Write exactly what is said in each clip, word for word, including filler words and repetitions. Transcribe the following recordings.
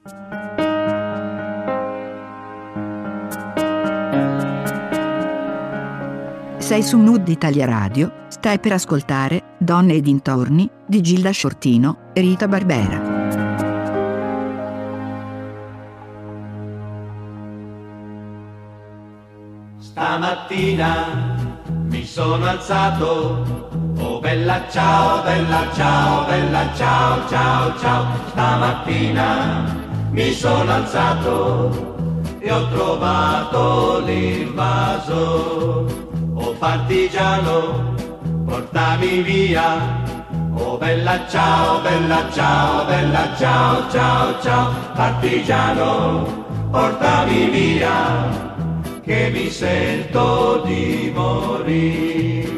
Sei su Nud Italia Radio, stai per ascoltare Donne e dintorni di Gilda Shortino e Rita Barbera. Stamattina mi sono alzato, oh bella ciao, bella ciao, bella ciao, ciao, ciao. Stamattina mi sono alzato e ho trovato l'invaso. Oh partigiano, portami via, oh bella ciao, bella ciao, bella ciao, ciao, ciao. Partigiano, portami via, che mi sento di morire.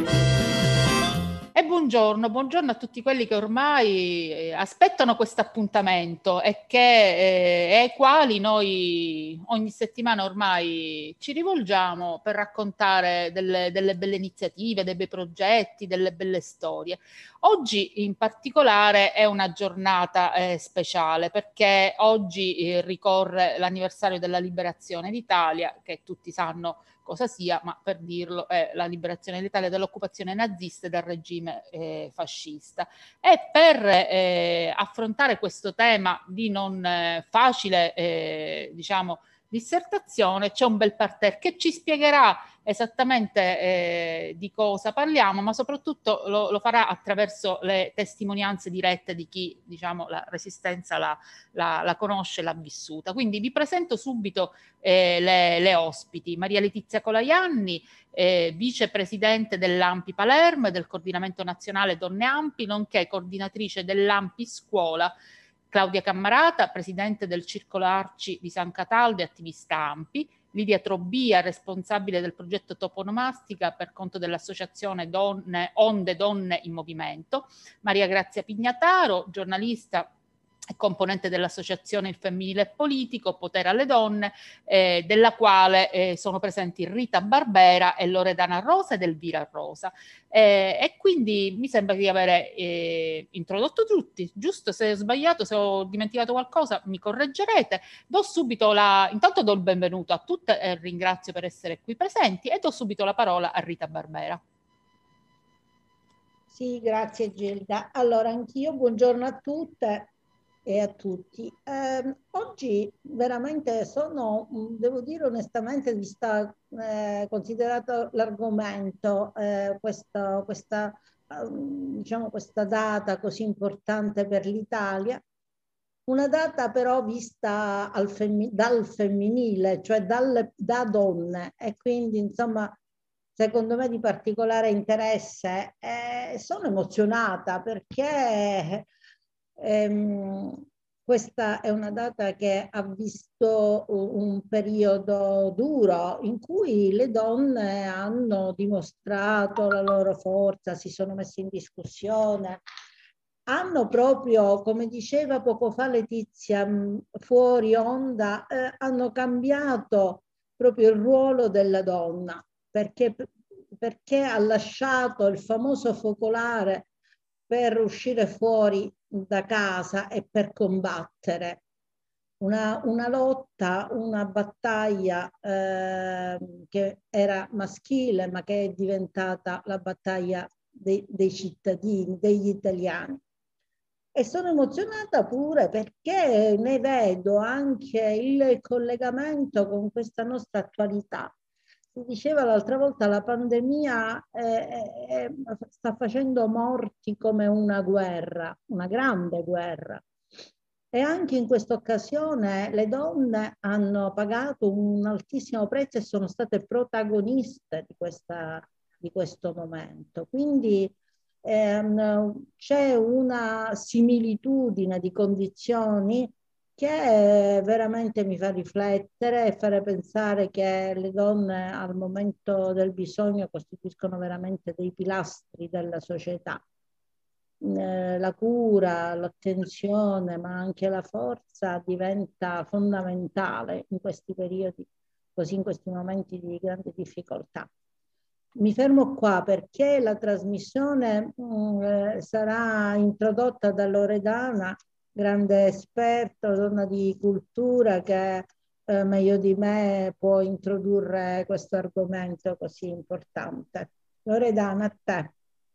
E buongiorno, buongiorno a tutti quelli che ormai eh, aspettano questo appuntamento e che, eh, ai quali noi ogni settimana ormai ci rivolgiamo per raccontare delle, delle belle iniziative, dei bei progetti, delle belle storie. Oggi in particolare è una giornata eh, speciale perché oggi eh, ricorre l'anniversario della liberazione d'Italia, che tutti sanno cosa sia, ma per dirlo è la liberazione d'Italia dall'occupazione nazista e dal regime eh, fascista. E per eh, affrontare questo tema di non eh, facile, eh, diciamo, dissertazione, c'è un bel parterre che ci spiegherà esattamente eh, di cosa parliamo, ma soprattutto lo, lo farà attraverso le testimonianze dirette di chi, diciamo, la resistenza la, la, la conosce e l'ha vissuta. Quindi vi presento subito eh, le, le ospiti. Maria Letizia Colaianni, eh, vicepresidente dell'Ampi Palermo e del Coordinamento Nazionale Donne Ampi, nonché coordinatrice dell'Ampi Scuola. Claudia Cammarata, presidente del Circolo Arci di San Cataldo e attivista Ampi. Lidia Trobbia, responsabile del progetto Toponomastica per conto dell'associazione Donne, Onde Donne in Movimento. Maria Grazia Pignataro, giornalista e componente dell'associazione Il Femminile Politico, Potere alle Donne, eh, della quale eh, sono presenti Rita Barbera e Loredana Rosa ed Elvira Rosa. Eh, e quindi mi sembra di avere eh, introdotto tutti, giusto? Se ho sbagliato, se ho dimenticato qualcosa mi correggerete. Do subito la, intanto do il benvenuto a tutte e ringrazio per essere qui presenti e do subito la parola a Rita Barbera. Sì, grazie Gilda. Allora, anch'io buongiorno a tutte e a tutti. Eh, oggi veramente sono, devo dire onestamente, vista, eh, considerato l'argomento, eh, questa, questa, eh, diciamo, questa data così importante per l'Italia, una data però vista al femmi- dal femminile, cioè dalle, da donne, e quindi insomma secondo me di particolare interesse. Eh, sono emozionata perché ehm, questa è una data che ha visto un periodo duro in cui le donne hanno dimostrato la loro forza, si sono messe in discussione, hanno proprio, come diceva poco fa Letizia fuori onda, eh, hanno cambiato proprio il ruolo della donna, perché, perché ha lasciato il famoso focolare per uscire fuori da casa e per combattere. Una, una lotta, una battaglia eh, che era maschile, ma che è diventata la battaglia dei, dei cittadini, degli italiani. E sono emozionata pure perché ne vedo anche il collegamento con questa nostra attualità. Si diceva l'altra volta, la pandemia eh, eh, sta facendo morti come una guerra, una grande guerra. E anche in questa occasione le donne hanno pagato un altissimo prezzo e sono state protagoniste di, questa, di questo momento. Quindi ehm, c'è una similitudine di condizioni che veramente mi fa riflettere e fare pensare che le donne al momento del bisogno costituiscono veramente dei pilastri della società. Eh, la cura, l'attenzione, ma anche la forza diventa fondamentale in questi periodi, così in questi momenti di grande difficoltà. Mi fermo qua perché la trasmissione mh, sarà introdotta da Loredana grande esperto, donna di cultura che eh, meglio di me può introdurre questo argomento così importante. Loredana, a te.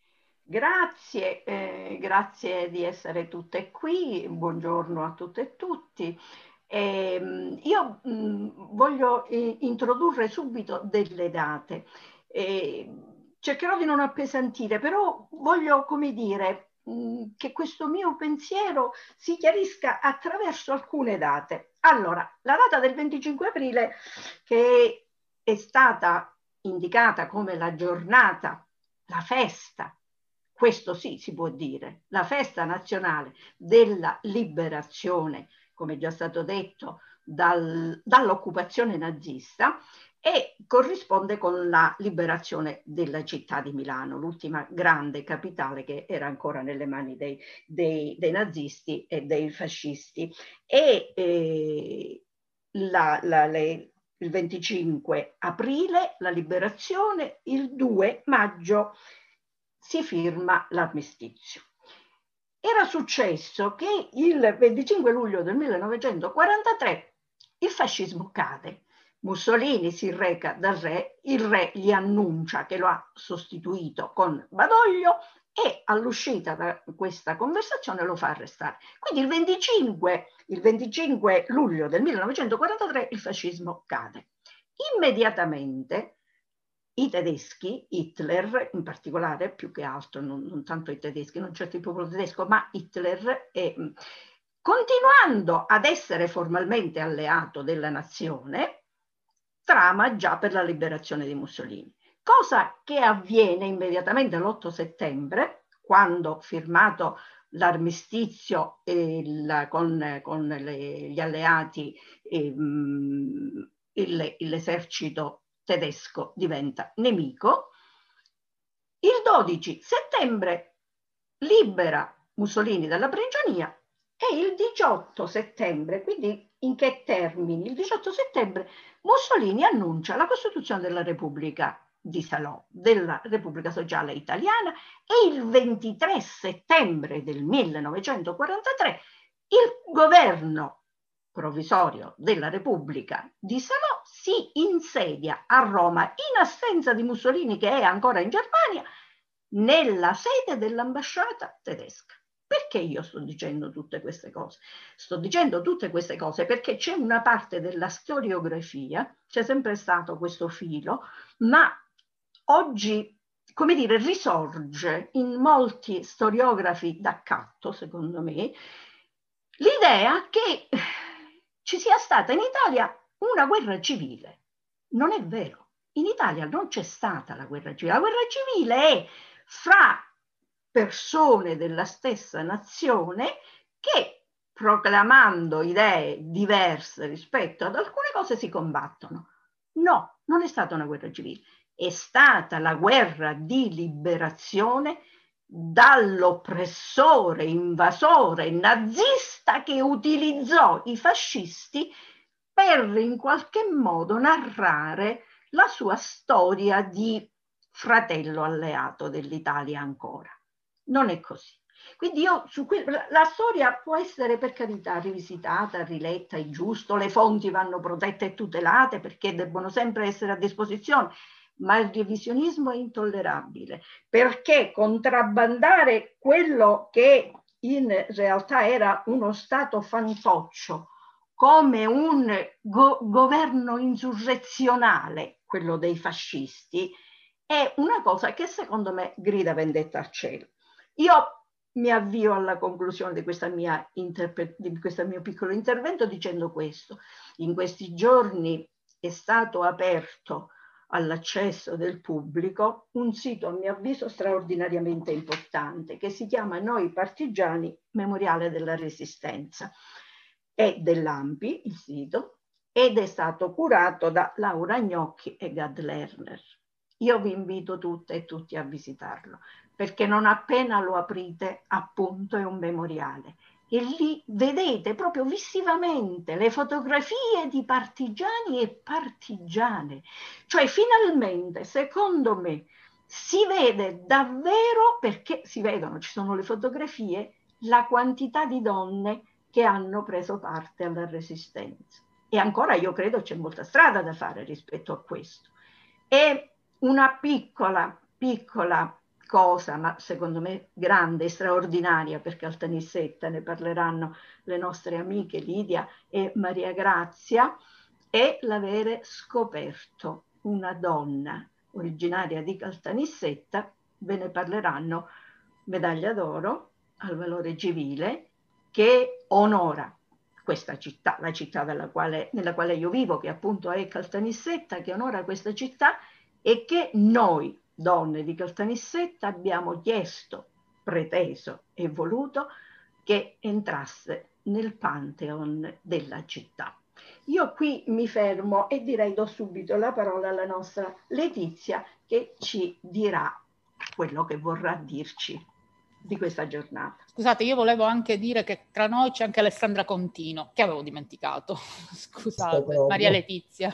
Grazie, eh, grazie di essere tutte qui, buongiorno a tutte e tutti. Eh, io mh, voglio eh, introdurre subito delle date. Eh, cercherò di non appesantire, però voglio, come dire, mh, che questo mio pensiero si chiarisca attraverso alcune date. Allora, la data del venticinque aprile, che è stata indicata come la giornata, la festa, questo sì si può dire, la festa nazionale della liberazione, come è già stato detto, dal, dall'occupazione nazista, e corrisponde con la liberazione della città di Milano, l'ultima grande capitale che era ancora nelle mani dei, dei, dei nazisti e dei fascisti. E eh, la, la, le, il venticinque aprile la liberazione, il due maggio si firma l'armistizio. Era successo che il venticinque luglio del millenovecentoquarantatré il fascismo cade. Mussolini si reca dal re, il re gli annuncia che lo ha sostituito con Badoglio e all'uscita da questa conversazione lo fa arrestare. Quindi il venticinque, il venticinque luglio del millenovecentoquarantatré il fascismo cade. Immediatamente i tedeschi, Hitler in particolare, più che altro, non, non tanto i tedeschi, non certo il popolo tedesco, ma Hitler, eh, continuando ad essere formalmente alleato della nazione, trama già per la liberazione di Mussolini. Cosa che avviene immediatamente l'otto settembre, quando firmato l'armistizio eh, con, con le, gli alleati, eh, l'esercito tedesco diventa nemico. Il dodici settembre libera Mussolini dalla prigionia e il diciotto settembre, quindi in che termini? Il diciotto settembre Mussolini annuncia la Costituzione della Repubblica di Salò, della Repubblica Sociale Italiana, e il ventitré settembre del millenovecentoquarantatré il governo provvisorio della Repubblica di Salò si insedia a Roma in assenza di Mussolini, che è ancora in Germania, nella sede dell'ambasciata tedesca. Perché io sto dicendo tutte queste cose? Sto dicendo tutte queste cose perché c'è una parte della storiografia, c'è sempre stato questo filo, ma oggi, come dire, risorge in molti storiografi d'accatto, secondo me, l'idea che ci sia stata in Italia una guerra civile. Non è vero. In Italia non c'è stata la guerra civile. La guerra civile è fra persone della stessa nazione che, proclamando idee diverse rispetto ad alcune cose, si combattono. No, non è stata una guerra civile. È stata la guerra di liberazione dall'oppressore, invasore, nazista che utilizzò i fascisti per in qualche modo narrare la sua storia di fratello alleato dell'Italia ancora. Non è così. Quindi io su que- la storia può essere, per carità, rivisitata, riletta, è giusto, le fonti vanno protette e tutelate perché debbono sempre essere a disposizione, ma il revisionismo è intollerabile, perché contrabbandare quello che in realtà era uno stato fantoccio come un go- governo insurrezionale, quello dei fascisti, è una cosa che secondo me grida vendetta al cielo. Io mi avvio alla conclusione di, questa mia interpre- di questo mio piccolo intervento dicendo questo. In questi giorni è stato aperto all'accesso del pubblico un sito, a mio avviso, straordinariamente importante, che si chiama Noi Partigiani, Memoriale della Resistenza. È dell'Ampi il sito ed è stato curato da Laura Gnocchi e Gad Lerner. Io vi invito tutte e tutti a visitarlo, perché non appena lo aprite, appunto, è un memoriale. E lì vedete proprio visivamente le fotografie di partigiani e partigiane. Cioè, finalmente, secondo me, si vede davvero, perché si vedono, ci sono le fotografie, la quantità di donne che hanno preso parte alla Resistenza. E ancora io credo c'è molta strada da fare rispetto a questo. E una piccola, piccola cosa, ma secondo me grande, straordinaria, perché Caltanissetta, ne parleranno le nostre amiche Lidia e Maria Grazia, è l'avere scoperto una donna originaria di Caltanissetta, ve ne parleranno, medaglia d'oro al valore civile, che onora questa città, la città della quale, nella quale io vivo, che appunto è Caltanissetta, che onora questa città e che noi, donne di Caltanissetta, abbiamo chiesto, preteso e voluto che entrasse nel Pantheon della città. Io qui mi fermo e direi do subito la parola alla nostra Letizia, che ci dirà quello che vorrà dirci di questa giornata. Scusate, io volevo anche dire che tra noi c'è anche Alessandra Contino, che avevo dimenticato. Scusate, Maria Letizia.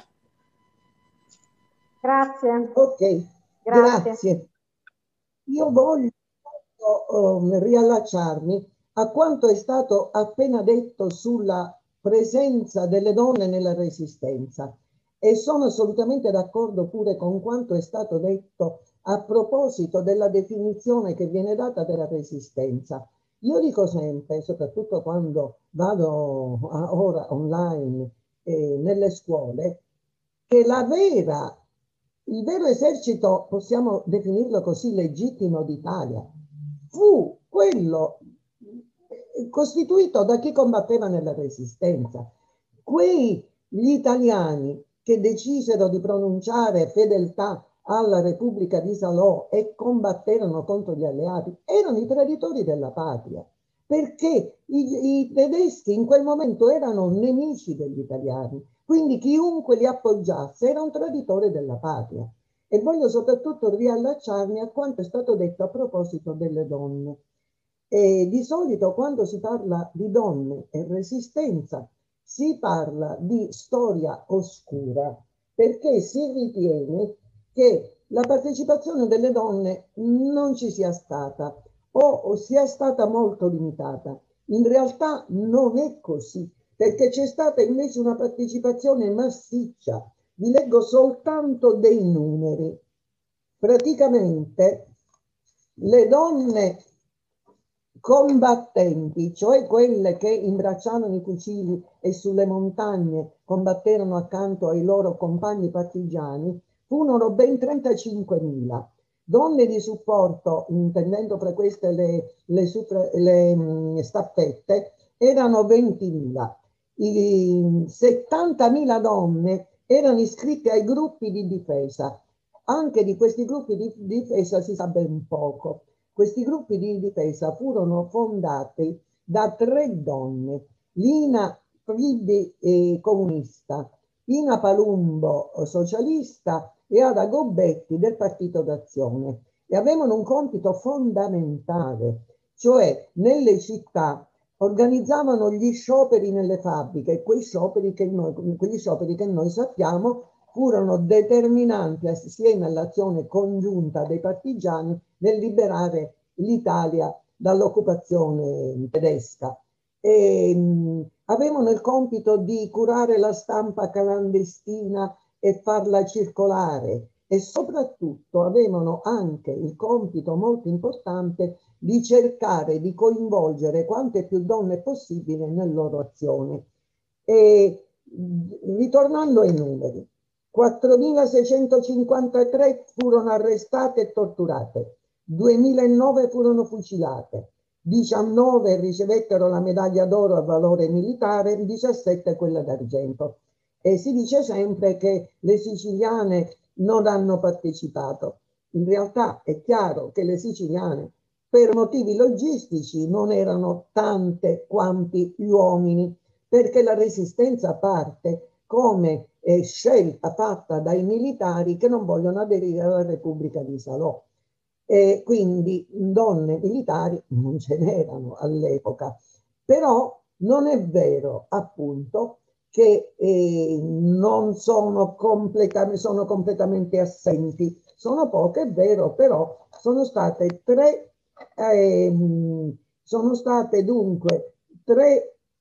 Grazie. Ok, Grazie. grazie. Io voglio um, riallacciarmi a quanto è stato appena detto sulla presenza delle donne nella Resistenza e sono assolutamente d'accordo pure con quanto è stato detto a proposito della definizione che viene data della Resistenza. Io dico sempre, soprattutto quando vado a, ora online eh, nelle scuole, che la vera, il vero esercito, possiamo definirlo così, legittimo d'Italia, fu quello costituito da chi combatteva nella Resistenza. Quei gli italiani che decisero di pronunciare fedeltà alla Repubblica di Salò e combatterono contro gli alleati erano i traditori della patria, perché i, i tedeschi in quel momento erano nemici degli italiani, quindi chiunque li appoggiasse era un traditore della patria. E voglio soprattutto riallacciarmi a quanto è stato detto a proposito delle donne. E di solito quando si parla di donne e resistenza si parla di storia oscura, perché si ritiene che la partecipazione delle donne non ci sia stata o sia stata molto limitata. In realtà non è così, perché c'è stata invece una partecipazione massiccia. Vi leggo soltanto dei numeri. Praticamente le donne combattenti, cioè quelle che imbracciavano i fucili e sulle montagne combatterono accanto ai loro compagni partigiani, furono ben trentacinquemila. Donne di supporto, intendendo fra queste le, le, le, le staffette, erano ventimila. I settantamila donne erano iscritte ai gruppi di difesa. Anche di questi gruppi di difesa si sa ben poco. Questi gruppi di difesa furono fondati da tre donne, Lina Fridi eh, comunista, Ina Palumbo socialista e Ada Gobetti del Partito d'Azione, e avevano un compito fondamentale, cioè nelle città organizzavano gli scioperi nelle fabbriche, quei scioperi che noi, quegli scioperi che noi sappiamo furono determinanti assieme all'azione congiunta dei partigiani nel liberare l'Italia dall'occupazione tedesca. E, mh, avevano il compito di curare la stampa clandestina e farla circolare, e soprattutto avevano anche il compito molto importante di cercare di coinvolgere quante più donne possibile nella loro azione. E ritornando ai numeri, quattromilaseicentocinquantatré furono arrestate e torturate, duemilanove furono fucilate, diciannove ricevettero la medaglia d'oro a valore militare, diciassette quella d'argento. E si dice sempre che le siciliane non hanno partecipato. In realtà è chiaro che le siciliane, per motivi logistici, non erano tante quanti gli uomini, perché la resistenza parte come eh, scelta fatta dai militari che non vogliono aderire alla Repubblica di Salò. E quindi donne militari non ce n'erano all'epoca. Però non è vero, appunto, che eh, non sono completamente, sono completamente assenti. Sono poche, è vero, però sono state tre, eh, sono state dunque tre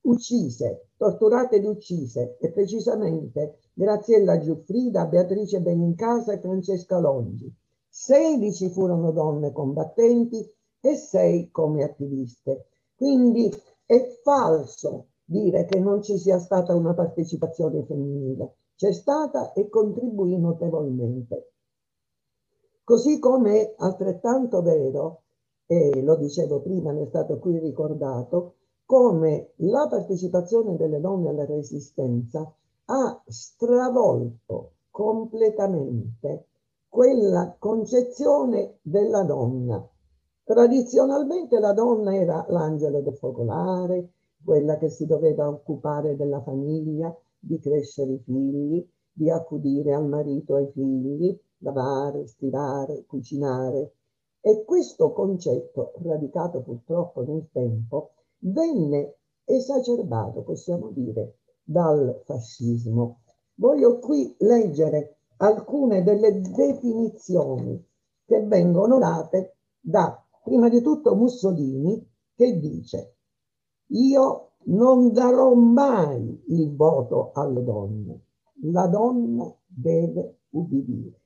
uccise, torturate ed uccise, e precisamente Graziella Giuffrida, Beatrice Benincasa e Francesca Longi. sedici furono donne combattenti e sei come attiviste. Quindi è falso dire che non ci sia stata una partecipazione femminile. C'è stata e contribuì notevolmente. Così come è altrettanto vero, e lo dicevo prima, ne è stato qui ricordato, come la partecipazione delle donne alla Resistenza ha stravolto completamente quella concezione della donna. Tradizionalmente la donna era l'angelo del focolare, quella che si doveva occupare della famiglia, di crescere i figli, di accudire al marito e ai figli, lavare, stirare, cucinare. E questo concetto, radicato purtroppo nel tempo, venne esacerbato, possiamo dire, dal fascismo. Voglio qui leggere alcune delle definizioni che vengono date da, prima di tutto, Mussolini, che dice: io non darò mai il voto alle donne, la donna deve ubbidire.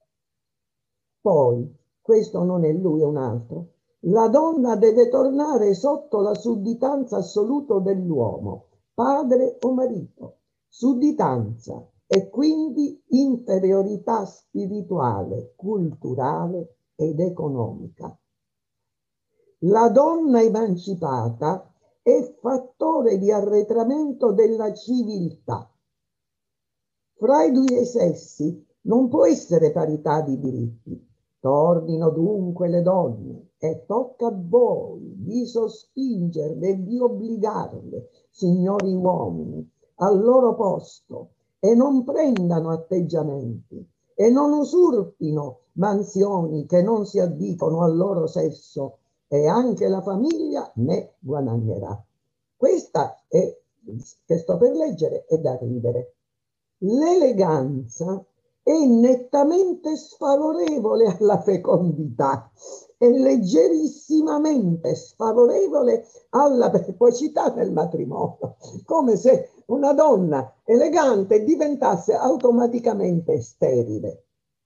Poi, questo non è lui, è un altro, la donna deve tornare sotto la sudditanza assoluta dell'uomo, padre o marito, sudditanza e quindi inferiorità spirituale, culturale ed economica. La donna emancipata è fattore di arretramento della civiltà. Fra i due sessi non può essere parità di diritti. T'ordino dunque le donne e tocca a voi di sospingerle e di obbligarle, signori uomini, al loro posto, e non prendano atteggiamenti e non usurpino mansioni che non si addicono al loro sesso, e anche la famiglia ne guadagnerà. Questa è, che sto per leggere, è da ridere. L'eleganza è nettamente sfavorevole alla fecondità e leggerissimamente sfavorevole alla precocità del matrimonio, come se una donna elegante diventasse automaticamente sterile.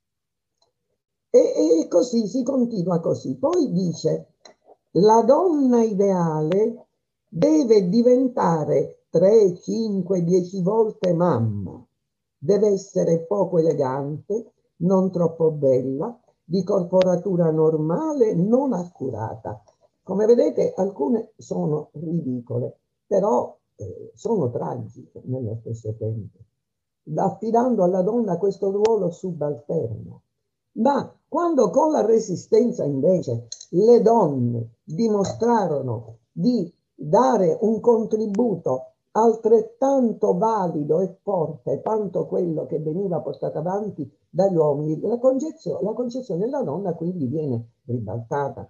E, e così si continua così. Poi dice: la donna ideale deve diventare tre, cinque, dieci volte mamma. Deve essere poco elegante, non troppo bella, di corporatura normale, non accurata. Come vedete, alcune sono ridicole, però eh, sono tragiche nello stesso tempo, affidando alla donna questo ruolo subalterno. Ma quando con la Resistenza invece le donne dimostrarono di dare un contributo altrettanto valido e forte quanto quello che veniva portato avanti dagli uomini, la concezione, la concezione della donna quindi viene ribaltata.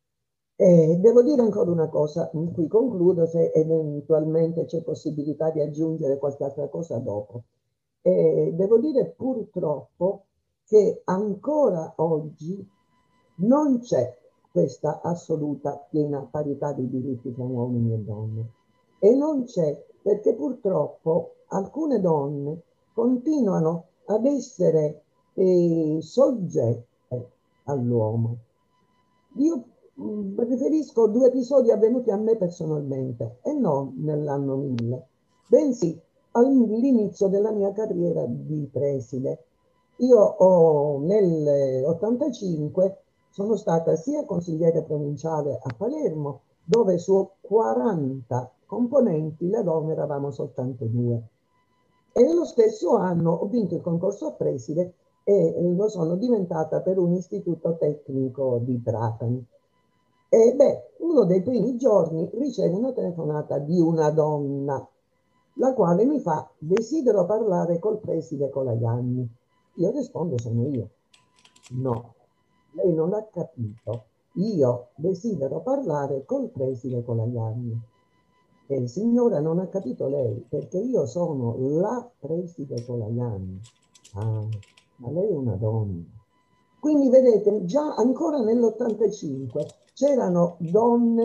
E devo dire ancora una cosa, in cui concludo, se eventualmente c'è possibilità di aggiungere qualche altra cosa dopo. E devo dire purtroppo che ancora oggi non c'è questa assoluta piena parità di diritti tra uomini e donne. E non c'è perché purtroppo alcune donne continuano ad essere eh, soggette all'uomo. Io mh, riferisco due episodi avvenuti a me personalmente e non nell'anno mille, bensì all'inizio della mia carriera di preside. Io ho, nel ottantacinque sono stata sia consigliere provinciale a Palermo, dove su quaranta componenti le donne eravamo soltanto due. E nello stesso anno ho vinto il concorso a preside e lo sono diventata per un istituto tecnico di Trapani. E beh, uno dei primi giorni ricevo una telefonata di una donna, la quale mi fa: desidero parlare col preside Colajanni. Io rispondo: sono io. No, lei non ha capito. Io desidero parlare col preside Colajanni. E signora, non ha capito lei, perché io sono la preside Colajanni. Ah, ma lei è una donna. Quindi vedete, già ancora nell'ottantacinque c'erano donne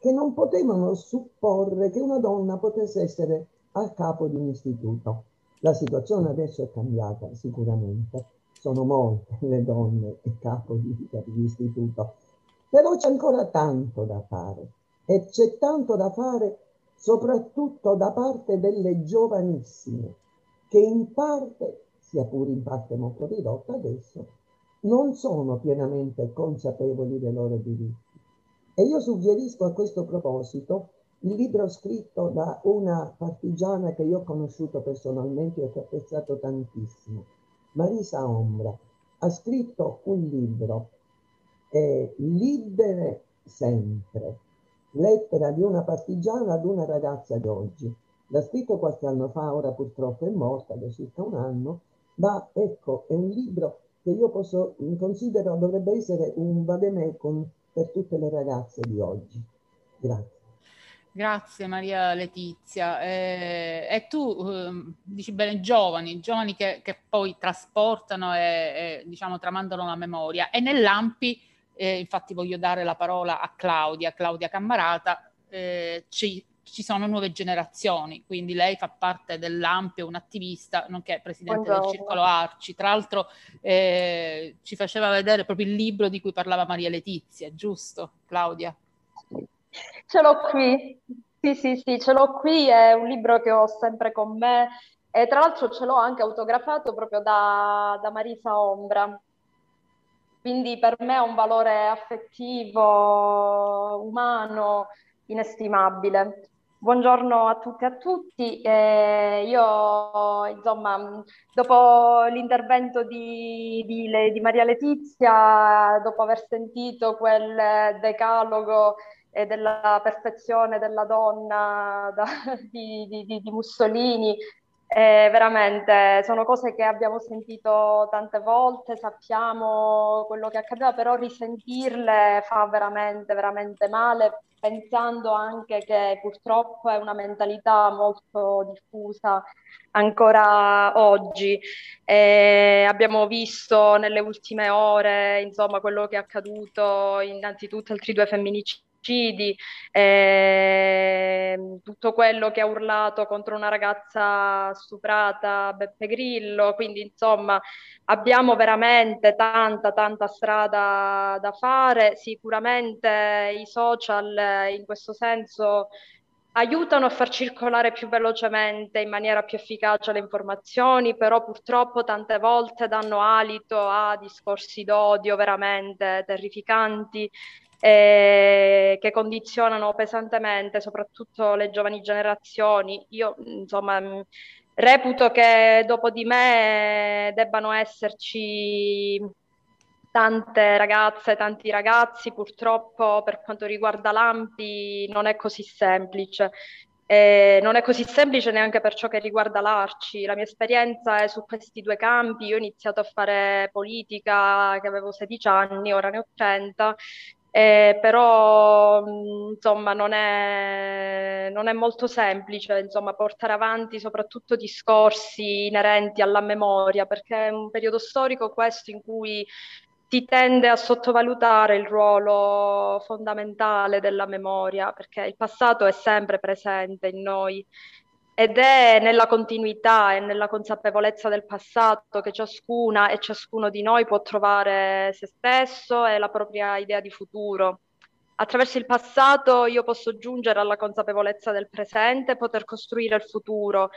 che non potevano supporre che una donna potesse essere a capo di un istituto. La situazione adesso è cambiata sicuramente, sono molte le donne a capo di, di istituto, però c'è ancora tanto da fare e c'è tanto da fare soprattutto da parte delle giovanissime, che in parte, sia pure in parte molto ridotta adesso, non sono pienamente consapevoli dei loro diritti. E io suggerisco a questo proposito il libro scritto da una partigiana che io ho conosciuto personalmente e che ho apprezzato tantissimo. Marisa Ombra ha scritto un libro, eh, Libere sempre, lettera di una partigiana ad una ragazza di oggi. L'ha scritto qualche anno fa, ora purtroppo è morta da circa un anno, ma ecco, è un libro che io posso, considero dovrebbe essere un vademecum per tutte le ragazze di oggi. Grazie. Grazie Maria Letizia. Eh, e tu eh, dici bene, giovani, giovani che, che poi trasportano e, e diciamo tramandano la memoria. E nell'A M P I, eh, infatti voglio dare la parola a Claudia, Claudia Cammarata, eh, ci, ci sono nuove generazioni, quindi lei fa parte dell'A M P I, è un'attivista, nonché presidente Buongiorno. del Circolo Arci. Tra l'altro eh, ci faceva vedere proprio il libro di cui parlava Maria Letizia, giusto Claudia? Ce l'ho qui, sì sì sì, ce l'ho qui, è un libro che ho sempre con me e tra l'altro ce l'ho anche autografato proprio da, da Marisa Ombra, quindi per me ha un valore affettivo, umano, inestimabile. Buongiorno a tutti e a tutti, eh, io insomma dopo l'intervento di, di, di Maria Letizia, dopo aver sentito quel decalogo e della perfezione della donna da, di, di, di Mussolini, eh, veramente sono cose che abbiamo sentito tante volte, sappiamo quello che accadeva, però risentirle fa veramente, veramente male, pensando anche che purtroppo è una mentalità molto diffusa ancora oggi. Eh, abbiamo visto nelle ultime ore, insomma, quello che è accaduto, innanzitutto altri due femminicidi, eh, tutto quello che ha urlato contro una ragazza stuprata Beppe Grillo, quindi insomma abbiamo veramente tanta tanta strada da fare. Sicuramente i social in questo senso aiutano a far circolare più velocemente, in maniera più efficace le informazioni, però purtroppo tante volte danno alito a discorsi d'odio veramente terrificanti, eh, che condizionano pesantemente soprattutto le giovani generazioni. Io, insomma, mh, reputo che dopo di me debbano esserci tante ragazze, tanti ragazzi. Purtroppo per quanto riguarda l'A M P I non è così semplice. Eh, non è così semplice neanche per ciò che riguarda l'Arci. La mia esperienza è su questi due campi. Io ho iniziato a fare politica che avevo sedici anni, ora ne ho trenta. Eh, però mh, insomma non è, non è molto semplice insomma, portare avanti soprattutto discorsi inerenti alla memoria, perché è un periodo storico questo in cui si tende a sottovalutare il ruolo fondamentale della memoria, perché il passato è sempre presente in noi ed è nella continuità e nella consapevolezza del passato che ciascuna e ciascuno di noi può trovare se stesso e la propria idea di futuro. Attraverso il passato io posso giungere alla consapevolezza del presente e poter costruire il futuro.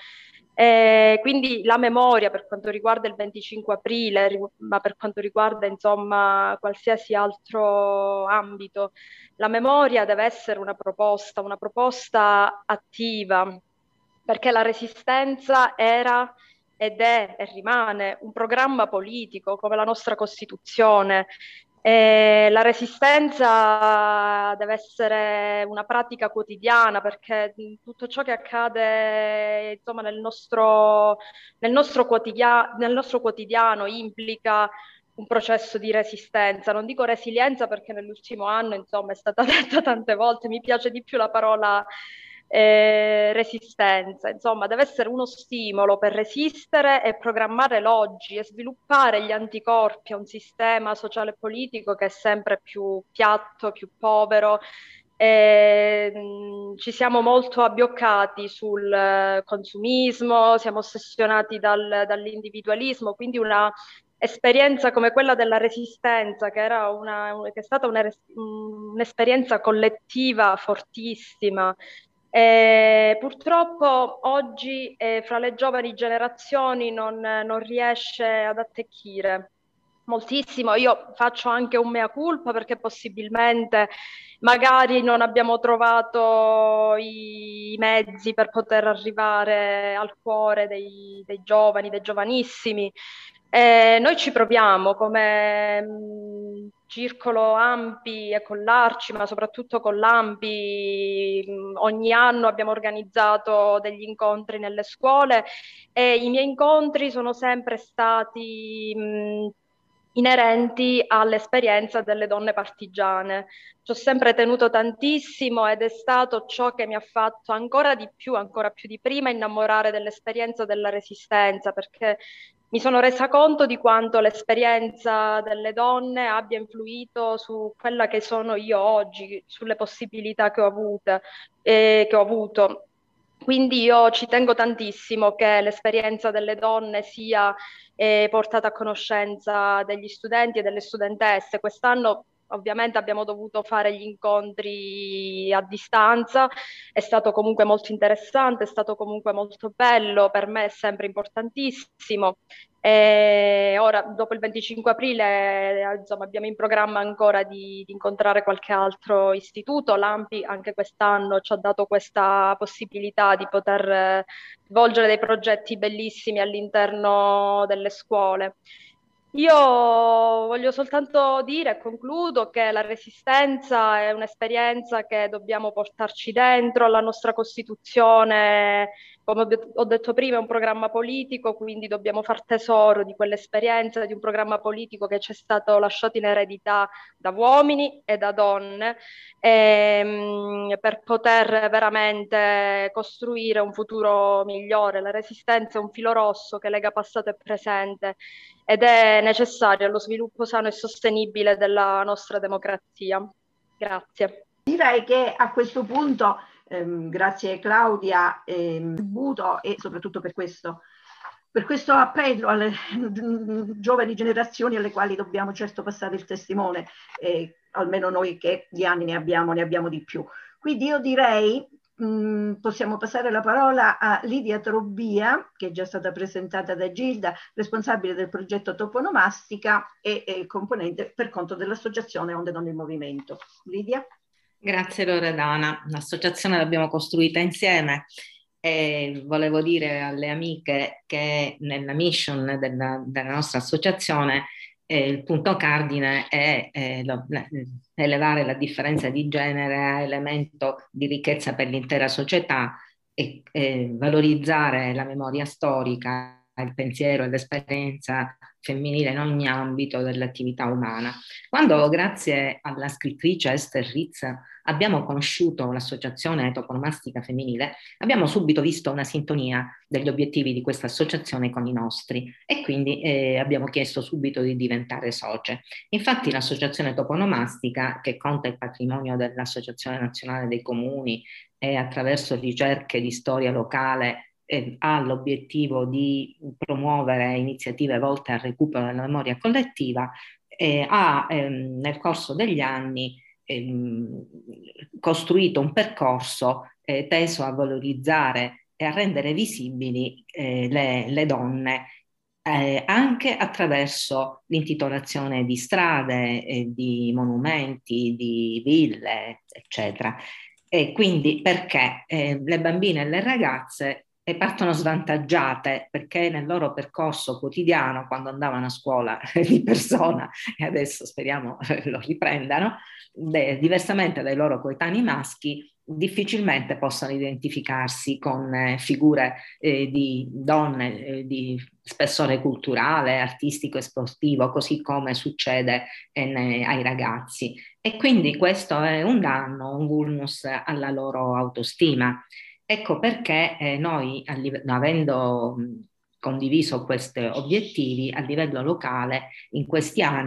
Eh, quindi la memoria per quanto riguarda il venticinque aprile, ma per quanto riguarda insomma qualsiasi altro ambito, la memoria deve essere una proposta, una proposta attiva, perché la resistenza era ed è e rimane un programma politico come la nostra Costituzione. Eh, la resistenza deve essere una pratica quotidiana, perché tutto ciò che accade insomma, nel, nostro, nel, nostro quotidia- nel nostro quotidiano implica un processo di resistenza. Non dico resilienza perché nell'ultimo anno insomma, è stata detta tante volte, mi piace di più la parola eh, resistenza. Insomma, deve essere uno stimolo per resistere e programmare l'oggi e sviluppare gli anticorpi a un sistema sociale e politico che è sempre più piatto, più povero, E, mh, ci siamo molto abbioccati sul eh, consumismo, siamo ossessionati dal- dall'individualismo, quindi una esperienza come quella della Resistenza, che era una, un- che è stata una res- un'esperienza collettiva fortissima. E purtroppo oggi eh, fra le giovani generazioni non, non riesce ad attecchire moltissimo. Io faccio anche un mea culpa perché possibilmente magari non abbiamo trovato i mezzi per poter arrivare al cuore dei, dei giovani, dei giovanissimi. Eh, noi ci proviamo come mh, Circolo Ampi e con l'Arci, ma soprattutto con l'Ampi. Mh, ogni anno abbiamo organizzato degli incontri nelle scuole e i miei incontri sono sempre stati mh, inerenti all'esperienza delle donne partigiane. Ci ho sempre tenuto tantissimo ed è stato ciò che mi ha fatto ancora di più, ancora più di prima, innamorare dell'esperienza della Resistenza, perché mi sono resa conto di quanto l'esperienza delle donne abbia influito su quella che sono io oggi, sulle possibilità che ho avute, eh, che ho avuto. Quindi io ci tengo tantissimo che l'esperienza delle donne sia eh, portata a conoscenza degli studenti e delle studentesse. Quest'anno ovviamente abbiamo dovuto fare gli incontri a distanza, è stato comunque molto interessante, è stato comunque molto bello, per me è sempre importantissimo. E ora, dopo il venticinque aprile, eh, insomma, abbiamo in programma ancora di, di incontrare qualche altro istituto. L'Ampi anche quest'anno ci ha dato questa possibilità di poter eh, svolgere dei progetti bellissimi all'interno delle scuole. Io voglio soltanto dire e concludo che la Resistenza è un'esperienza che dobbiamo portarci dentro, la nostra Costituzione, come ho det- ho detto prima, è un programma politico, quindi dobbiamo far tesoro di quell'esperienza, di un programma politico che ci è stato lasciato in eredità da uomini e da donne, ehm, per poter veramente costruire un futuro migliore. La Resistenza è un filo rosso che lega passato e presente ed è necessario allo sviluppo sano e sostenibile della nostra democrazia. Grazie. Direi che a questo punto, ehm, grazie Claudia, ehm, e soprattutto per questo, per questo appello alle giovani generazioni alle quali dobbiamo certo passare il testimone, eh, almeno noi che di anni ne abbiamo, ne abbiamo di più. Quindi io direi mh, possiamo passare la parola a Lidia Trobbia, che è già stata presentata da Gilda, responsabile del progetto Toponomastica e, e componente per conto dell'associazione Onde Donne in Movimento. Lidia? Grazie Loredana, l'associazione l'abbiamo costruita insieme e volevo dire alle amiche che nella mission della, della nostra associazione eh, il punto cardine è eh, lo, elevare la differenza di genere a elemento di ricchezza per l'intera società e eh, valorizzare la memoria storica, il pensiero e l'esperienza femminile in ogni ambito dell'attività umana. Quando, grazie alla scrittrice Esther Ritz, abbiamo conosciuto l'associazione Toponomastica Femminile, abbiamo subito visto una sintonia degli obiettivi di questa associazione con i nostri e quindi eh, abbiamo chiesto subito di diventare socie. Infatti l'associazione Toponomastica, che conta il patrimonio dell'Associazione Nazionale dei Comuni e attraverso ricerche di storia locale eh, ha l'obiettivo di promuovere iniziative volte al recupero della memoria collettiva, eh, ha ehm, nel corso degli anni ehm, costruito un percorso eh, teso a valorizzare e a rendere visibili eh, le, le donne eh, anche attraverso l'intitolazione di strade, eh, di monumenti, di ville, eccetera. E quindi perché eh, le bambine e le ragazze e partono svantaggiate perché nel loro percorso quotidiano, quando andavano a scuola di persona, e adesso speriamo lo riprendano, beh, diversamente dai loro coetanei maschi, difficilmente possono identificarsi con eh, figure eh, di donne eh, di spessore culturale, artistico e sportivo, così come succede eh, ai ragazzi. E quindi questo è un danno, un vulnus alla loro autostima. Ecco perché eh, noi, avendo mh, condiviso questi obiettivi a livello locale, in questi anni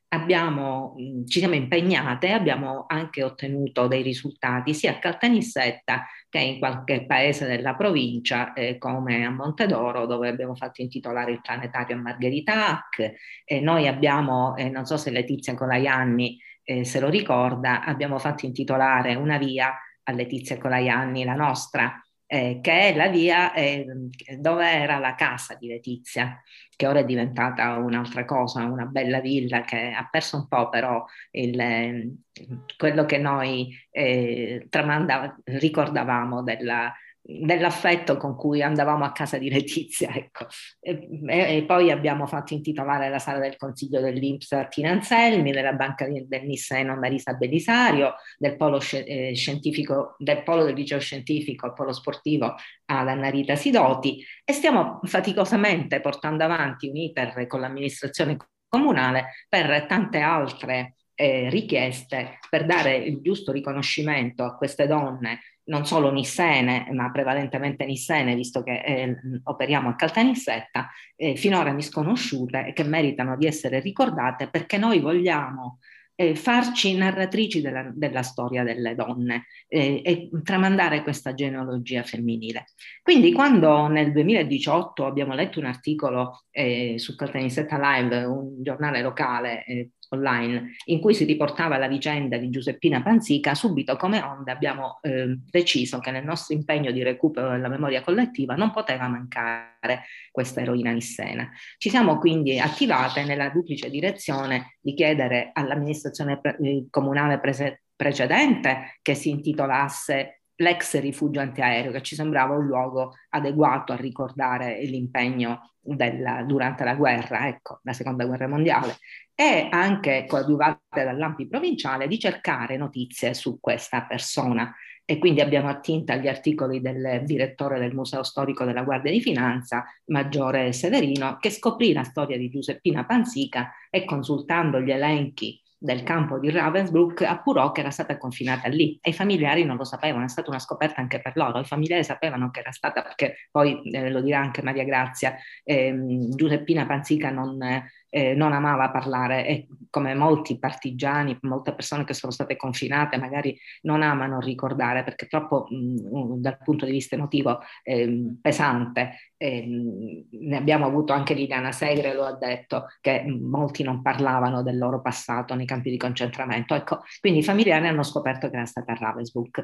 abbiamo, ci siamo impegnate e abbiamo anche ottenuto dei risultati sia a Caltanissetta che in qualche paese della provincia, eh, come a Montedoro, dove abbiamo fatto intitolare il planetario a Margherita Hack. E noi abbiamo, eh, non so se Letizia Colaianni eh, se lo ricorda, abbiamo fatto intitolare una via a Letizia Colaianni, la nostra, Eh, che è la via eh, dove era la casa di Letizia, che ora è diventata un'altra cosa, una bella villa che ha perso un po' però il, eh, quello che noi eh, tramanda, ricordavamo della, dell'affetto con cui andavamo a casa di Letizia, ecco. E, e poi abbiamo fatto intitolare la sala del consiglio dell'I N P S a Tina Anselmi, della banca del Nisseno a Marisa Belisario, del polo eh, scientifico, del polo del liceo scientifico al polo sportivo ad Anna Rita Sidoti, e stiamo faticosamente portando avanti un iter con l'amministrazione comunale per tante altre eh, richieste per dare il giusto riconoscimento a queste donne, non solo nissene, ma prevalentemente nissene, visto che eh, operiamo a Caltanissetta, eh, finora misconosciute e che meritano di essere ricordate, perché noi vogliamo eh, farci narratrici della, della storia delle donne eh, e tramandare questa genealogia femminile. Quindi quando nel duemiladiciotto abbiamo letto un articolo eh, su Caltanissetta Live, un giornale locale eh, online, in cui si riportava la vicenda di Giuseppina Panzica, subito come Onda abbiamo eh, deciso che nel nostro impegno di recupero della memoria collettiva non poteva mancare questa eroina nissena. Ci siamo quindi attivate nella duplice direzione di chiedere all'amministrazione pre- comunale prese- precedente che si intitolasse l'ex rifugio antiaereo, che ci sembrava un luogo adeguato a ricordare l'impegno della, durante la guerra, ecco, la seconda guerra mondiale, e anche coadiuvate dall'A M P I provinciale di cercare notizie su questa persona. E quindi abbiamo attinto agli articoli del direttore del Museo Storico della Guardia di Finanza, Maggiore Severino, che scoprì la storia di Giuseppina Panzica e, consultando gli elenchi del campo di Ravensbrück, appurò che era stata confinata lì, e i familiari non lo sapevano, è stata una scoperta anche per loro. I familiari sapevano che era stata, perché poi eh, lo dirà anche Maria Grazia, ehm, Giuseppina Panzica non, eh, non amava parlare, e come molti partigiani, molte persone che sono state confinate magari non amano ricordare, perché è troppo mh, dal punto di vista emotivo eh, pesante. Eh, ne abbiamo avuto anche Liliana Segre, lo ha detto, che molti non parlavano del loro passato nei campi di concentramento. Ecco, quindi i familiari hanno scoperto che era stata a Ravensbrück.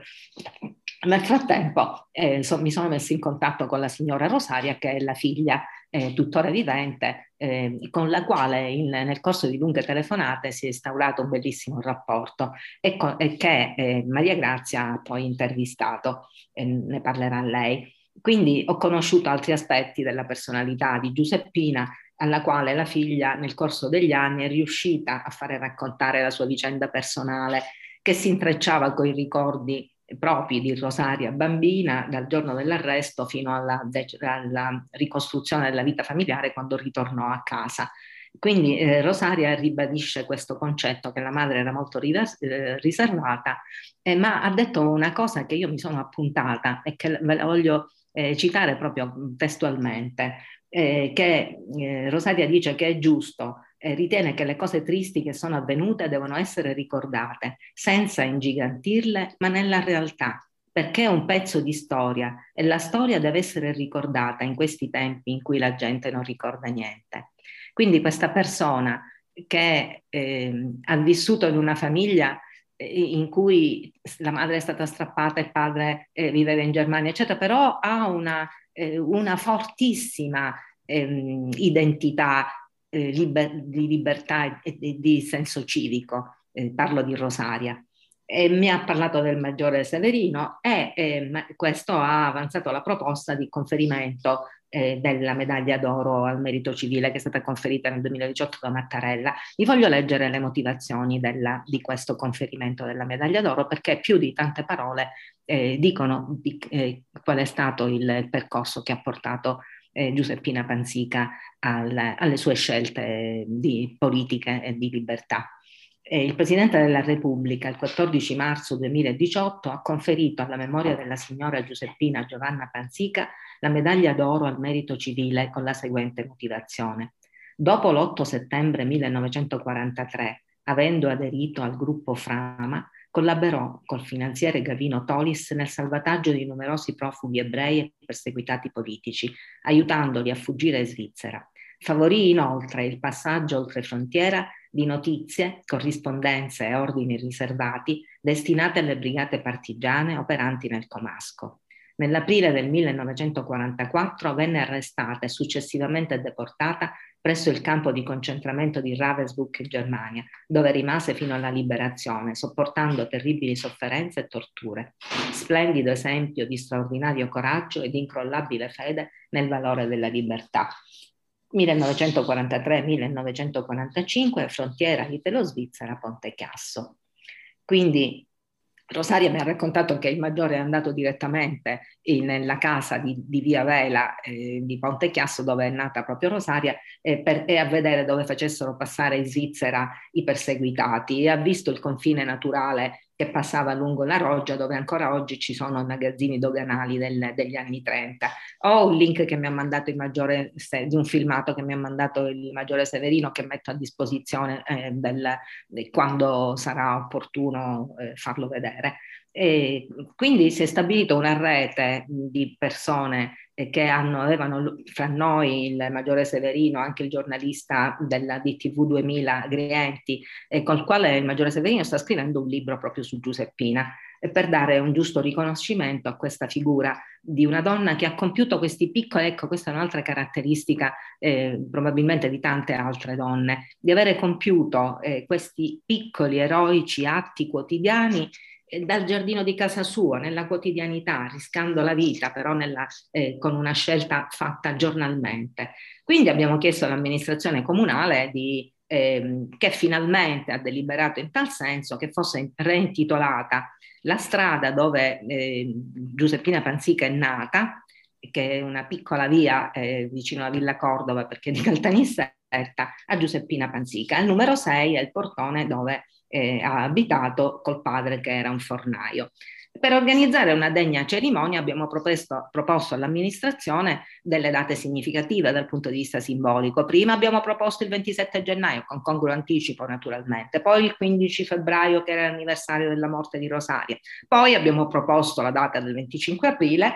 Nel frattempo eh, so, mi sono messa in contatto con la signora Rosaria, che è la figlia eh, tuttora vivente, eh, con la quale in, nel corso di lunghe telefonate si è instaurato un bellissimo rapporto, e, co- e che eh, Maria Grazia ha poi intervistato, e ne parlerà lei. Quindi ho conosciuto altri aspetti della personalità di Giuseppina, alla quale la figlia nel corso degli anni è riuscita a fare raccontare la sua vicenda personale, che si intrecciava con i ricordi propri di Rosaria bambina, dal giorno dell'arresto fino alla, alla ricostruzione della vita familiare quando ritornò a casa. Quindi eh, Rosaria ribadisce questo concetto, che la madre era molto ris- eh, riservata, eh, ma ha detto una cosa che io mi sono appuntata e che ve la voglio eh, citare proprio testualmente, eh, che eh, Rosaria dice che è giusto, eh, ritiene che le cose tristi che sono avvenute devono essere ricordate senza ingigantirle, ma nella realtà, perché è un pezzo di storia e la storia deve essere ricordata in questi tempi in cui la gente non ricorda niente. Quindi questa persona che eh, ha vissuto in una famiglia in cui la madre è stata strappata, il padre eh, viveva in Germania, eccetera, però ha una, eh, una fortissima eh, identità eh, liber- di libertà e di, di senso civico. Eh, parlo di Rosaria. E mi ha parlato del maggiore Severino, e eh, questo ha avanzato la proposta di conferimento eh, della medaglia d'oro al merito civile, che è stata conferita nel duemiladiciotto da Mattarella. Vi voglio leggere le motivazioni della, di questo conferimento della medaglia d'oro, perché più di tante parole eh, dicono di, eh, qual è stato il percorso che ha portato eh, Giuseppina Panzica al, alle sue scelte di politiche e di libertà. Eh, il Presidente della Repubblica il quattordici marzo duemiladiciotto ha conferito alla memoria della signora Giuseppina Giovanna Panzica la medaglia d'oro al merito civile con la seguente motivazione. Dopo l'otto settembre millenovecentoquarantatré, avendo aderito al gruppo Frama, collaborò col finanziere Gavino Tolis nel salvataggio di numerosi profughi ebrei e perseguitati politici, aiutandoli a fuggire in Svizzera. Favorì inoltre il passaggio oltre frontiera di notizie, corrispondenze e ordini riservati destinate alle brigate partigiane operanti nel Comasco. Nell'aprile del millenovecentoquarantaquattro venne arrestata e successivamente deportata presso il campo di concentramento di Ravensbrück in Germania, dove rimase fino alla liberazione, sopportando terribili sofferenze e torture. Splendido esempio di straordinario coraggio e di incrollabile fede nel valore della libertà. millenovecentoquarantatré millenovecentoquarantacinque, frontiera italo-svizzera, Ponte Casso. Quindi Rosaria mi ha raccontato che il maggiore è andato direttamente in, nella casa di, di Via Vela eh, di Ponte Chiasso, dove è nata proprio Rosaria, eh, per, e a vedere dove facessero passare in Svizzera i perseguitati, e ha visto il confine naturale che passava lungo la Roggia, dove ancora oggi ci sono magazzini doganali del, degli anni trenta. Ho un link che mi ha mandato il maggiore, di un filmato che mi ha mandato il maggiore Severino, che metto a disposizione eh, del, de, quando sarà opportuno eh, farlo vedere. E quindi si è stabilito una rete di persone che hanno, avevano fra noi il maggiore Severino, anche il giornalista della D T V duemila Grienti, eh, col quale il maggiore Severino sta scrivendo un libro proprio su Giuseppina, eh, per dare un giusto riconoscimento a questa figura di una donna che ha compiuto questi piccoli, ecco, questa è un'altra caratteristica eh, probabilmente di tante altre donne, di avere compiuto eh, questi piccoli eroici atti quotidiani dal giardino di casa sua, nella quotidianità, rischiando la vita, però nella, eh, con una scelta fatta giornalmente. Quindi abbiamo chiesto all'amministrazione comunale di, eh, che finalmente ha deliberato in tal senso che fosse reintitolata la strada dove eh, Giuseppina Panzica è nata, che è una piccola via eh, vicino alla Villa Cordova, perché di Caltanissetta, a Giuseppina Panzica. Il numero sei è il portone dove Eh, ha abitato col padre, che era un fornaio. Per organizzare una degna cerimonia abbiamo proposto, proposto all'amministrazione delle date significative dal punto di vista simbolico. Prima abbiamo proposto il ventisette gennaio, con congruo anticipo naturalmente, poi il quindici febbraio, che era l'anniversario della morte di Rosaria, poi abbiamo proposto la data del venticinque aprile,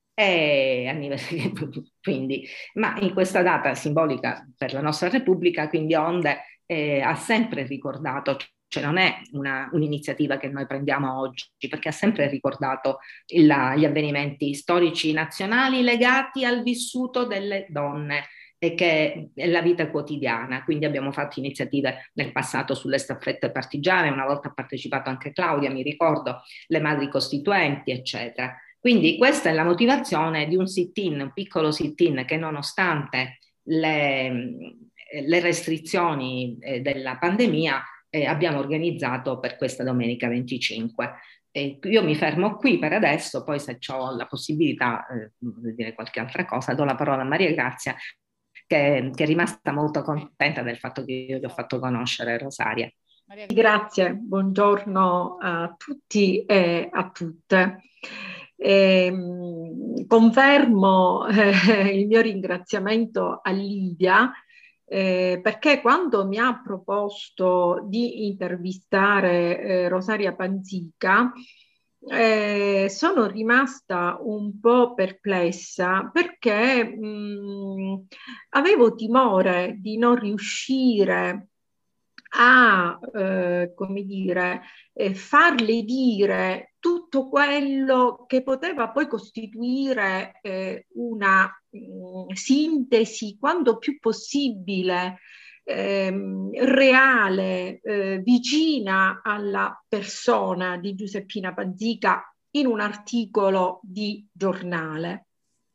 e quindi, ma in questa data simbolica per la nostra Repubblica, quindi Onde eh, ha sempre ricordato, cioè non è una, un'iniziativa che noi prendiamo oggi, perché ha sempre ricordato il, gli avvenimenti storici nazionali legati al vissuto delle donne e che è la vita quotidiana. Quindi abbiamo fatto iniziative nel passato sulle staffette partigiane, una volta ha partecipato anche Claudia, mi ricordo, le madri costituenti, eccetera. Quindi questa è la motivazione di un sit-in, un piccolo sit-in che nonostante le, le restrizioni eh, della pandemia Eh, abbiamo organizzato per questa domenica venticinque. E io mi fermo qui per adesso, poi se ho la possibilità eh, di dire qualche altra cosa, do la parola a Maria Grazia, che, che è rimasta molto contenta del fatto che io gli ho fatto conoscere Rosaria. Grazie, buongiorno a tutti e a tutte. Eh, confermo eh, il mio ringraziamento a Lidia, Eh, perché quando mi ha proposto di intervistare eh, Rosaria Panzica eh, sono rimasta un po' perplessa, perché mh, avevo timore di non riuscire a, eh, come dire, eh, farle dire tutto quello che poteva poi costituire eh, una mh, sintesi quanto più possibile ehm, reale, eh, vicina alla persona di Giuseppina Panzica in un articolo di giornale.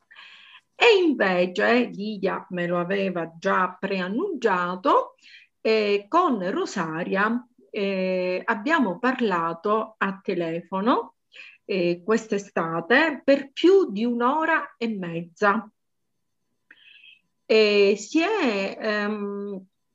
E invece Lidia me lo aveva già preannunciato. Eh, con Rosaria eh, abbiamo parlato a telefono eh, quest'estate per più di un'ora e mezza. Eh, si è ehm,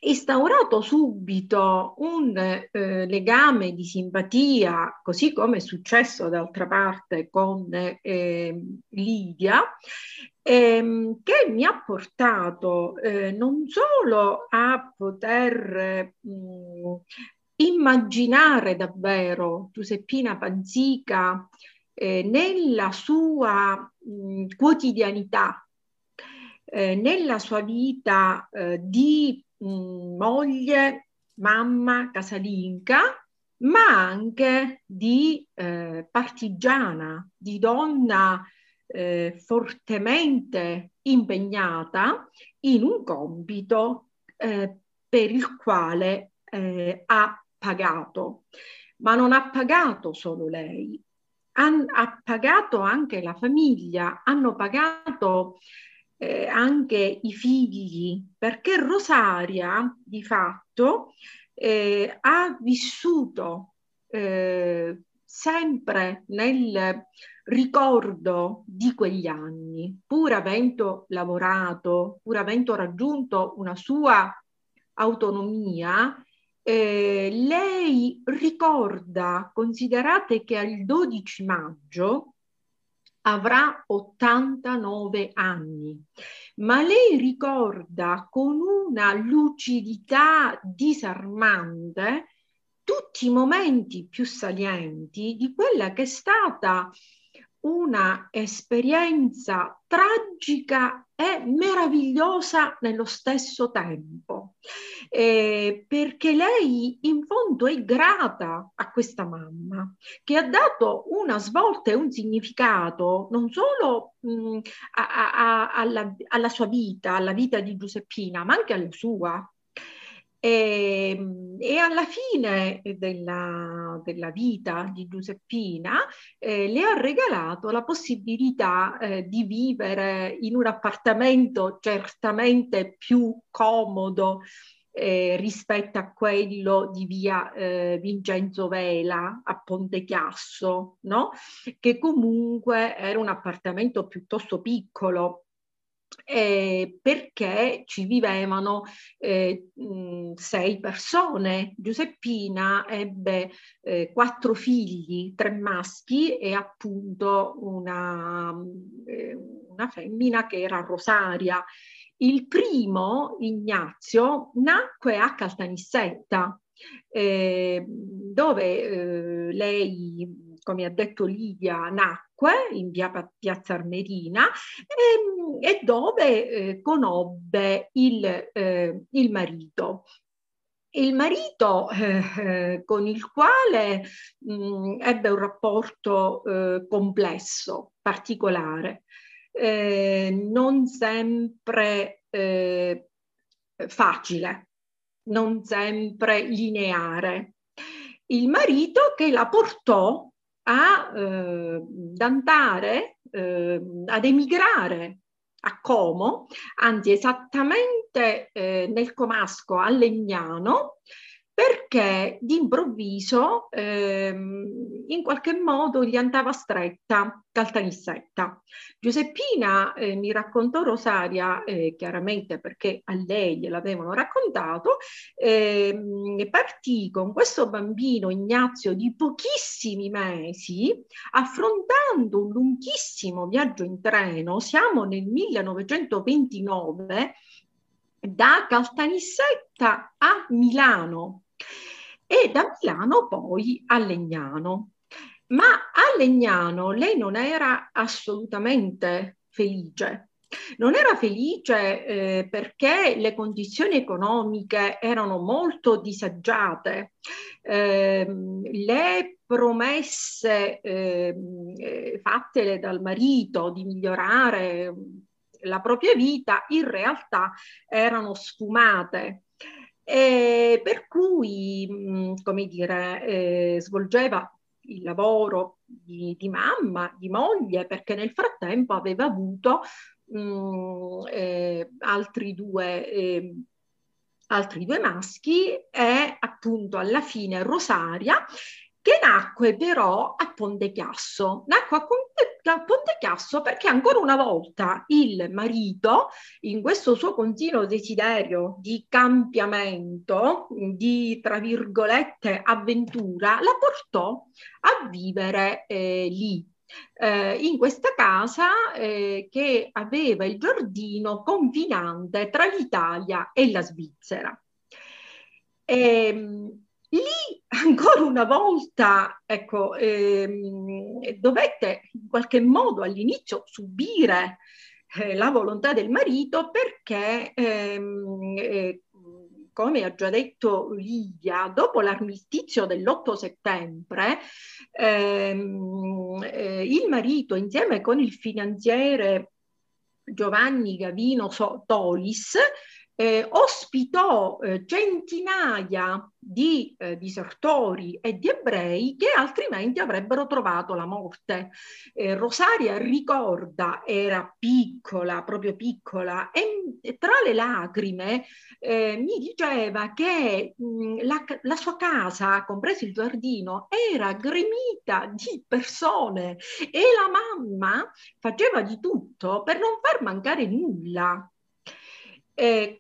instaurato subito un eh, legame di simpatia, così come è successo d'altra parte con eh, Lidia, ehm, che mi ha portato eh, non solo a poter mh, immaginare davvero Giuseppina Panzica eh, nella sua mh, quotidianità, eh, nella sua vita eh, di mh, moglie, mamma, casalinga, ma anche di eh, partigiana, di donna eh, fortemente impegnata in un compito eh, per il quale eh, ha pagato. Ma non ha pagato solo lei, han, ha pagato anche la famiglia, hanno pagato eh, anche i figli, perché Rosaria di fatto eh, ha vissuto eh, sempre nel ricordo di quegli anni, pur avendo lavorato, pur avendo raggiunto una sua autonomia. Eh, lei ricorda, considerate che al dodici maggio avrà ottantanove anni, ma lei ricorda con una lucidità disarmante tutti i momenti più salienti di quella che è stata una esperienza tragica e meravigliosa nello stesso tempo, eh, perché lei in fondo è grata a questa mamma che ha dato una svolta e un significato non solo mh, a, a, alla, alla sua vita, alla vita di Giuseppina, ma anche alla sua. E, e alla fine della, della vita di Giuseppina eh, le ha regalato la possibilità eh, di vivere in un appartamento certamente più comodo eh, rispetto a quello di via eh, Vincenzo Vela a Ponte Chiasso, no? Che comunque era un appartamento piuttosto piccolo. Eh, perché ci vivevano eh, mh, sei persone. Giuseppina ebbe eh, quattro figli, tre maschi e appunto una, eh, una femmina che era Rosaria. Il primo, Ignazio, nacque a Caltanissetta, eh, dove eh, lei, come ha detto Lidia, nacque in via Piazza Armerina e, e dove eh, conobbe il, eh, il marito. Il marito eh, con il quale mh, ebbe un rapporto eh, complesso, particolare, eh, non sempre eh, facile, non sempre lineare. Il marito che la portò a, eh, ad andare, eh, ad emigrare a Como, anzi esattamente eh, nel comasco a Legnano, perché d'improvviso ehm, in qualche modo gli andava stretta Caltanissetta. Giuseppina eh, mi raccontò Rosaria, eh, chiaramente perché a lei gliel'avevano raccontato, ehm, partì con questo bambino Ignazio di pochissimi mesi, affrontando un lunghissimo viaggio in treno, siamo nel millenovecentoventinove, da Caltanissetta a Milano e da Milano poi a Legnano. Ma a Legnano lei non era assolutamente felice. Non era felice eh, perché le condizioni economiche erano molto disagiate. Eh, le promesse eh, fatte dal marito di migliorare la propria vita in realtà erano sfumate. E per cui, mh, come dire, eh, svolgeva il lavoro di, di mamma, di moglie, perché nel frattempo aveva avuto mh, eh, altri due eh, altri due maschi e appunto alla fine Rosaria, che nacque però a Ponte Chiasso. Nacque a Pontechiasso perché ancora una volta il marito, in questo suo continuo desiderio di cambiamento, di tra virgolette avventura, la portò a vivere eh, lì. Eh, in questa casa eh, che aveva il giardino confinante tra l'Italia e la Svizzera. E, lì ancora una volta, ecco, ehm, dovette in qualche modo all'inizio subire eh, la volontà del marito perché, ehm, eh, come ha già detto Lidia, dopo l'armistizio dell'otto settembre, ehm, eh, il marito insieme con il finanziere Giovanni Gavino Tolis Eh, ospitò eh, centinaia di eh, disertori e di ebrei che altrimenti avrebbero trovato la morte. Eh, Rosaria ricorda, era piccola, proprio piccola, e, e tra le lacrime eh, mi diceva che mh, la, la sua casa, compreso il giardino, era gremita di persone e la mamma faceva di tutto per non far mancare nulla. Eh,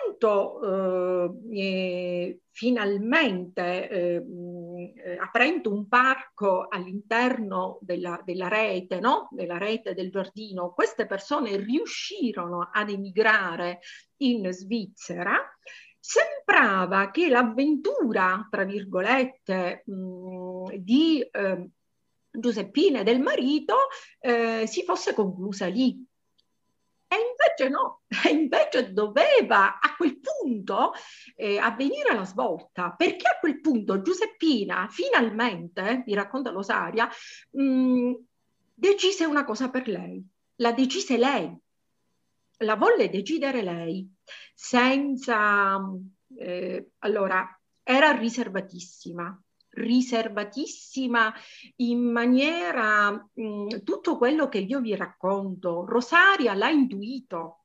quando eh, eh, finalmente eh, eh, aprendo un parco all'interno della, della rete, no? della rete del giardino, queste persone riuscirono ad emigrare in Svizzera, sembrava che l'avventura, tra virgolette, mh, di eh, Giuseppina e del marito eh, si fosse conclusa lì. E invece no, e invece doveva a quel punto eh, avvenire la svolta, perché a quel punto Giuseppina finalmente, mi racconta Rosaria, mh, decise una cosa per lei, la decise lei, la volle decidere lei, senza, eh, allora, era riservatissima, riservatissima in maniera mh, tutto quello che io vi racconto Rosaria l'ha intuito,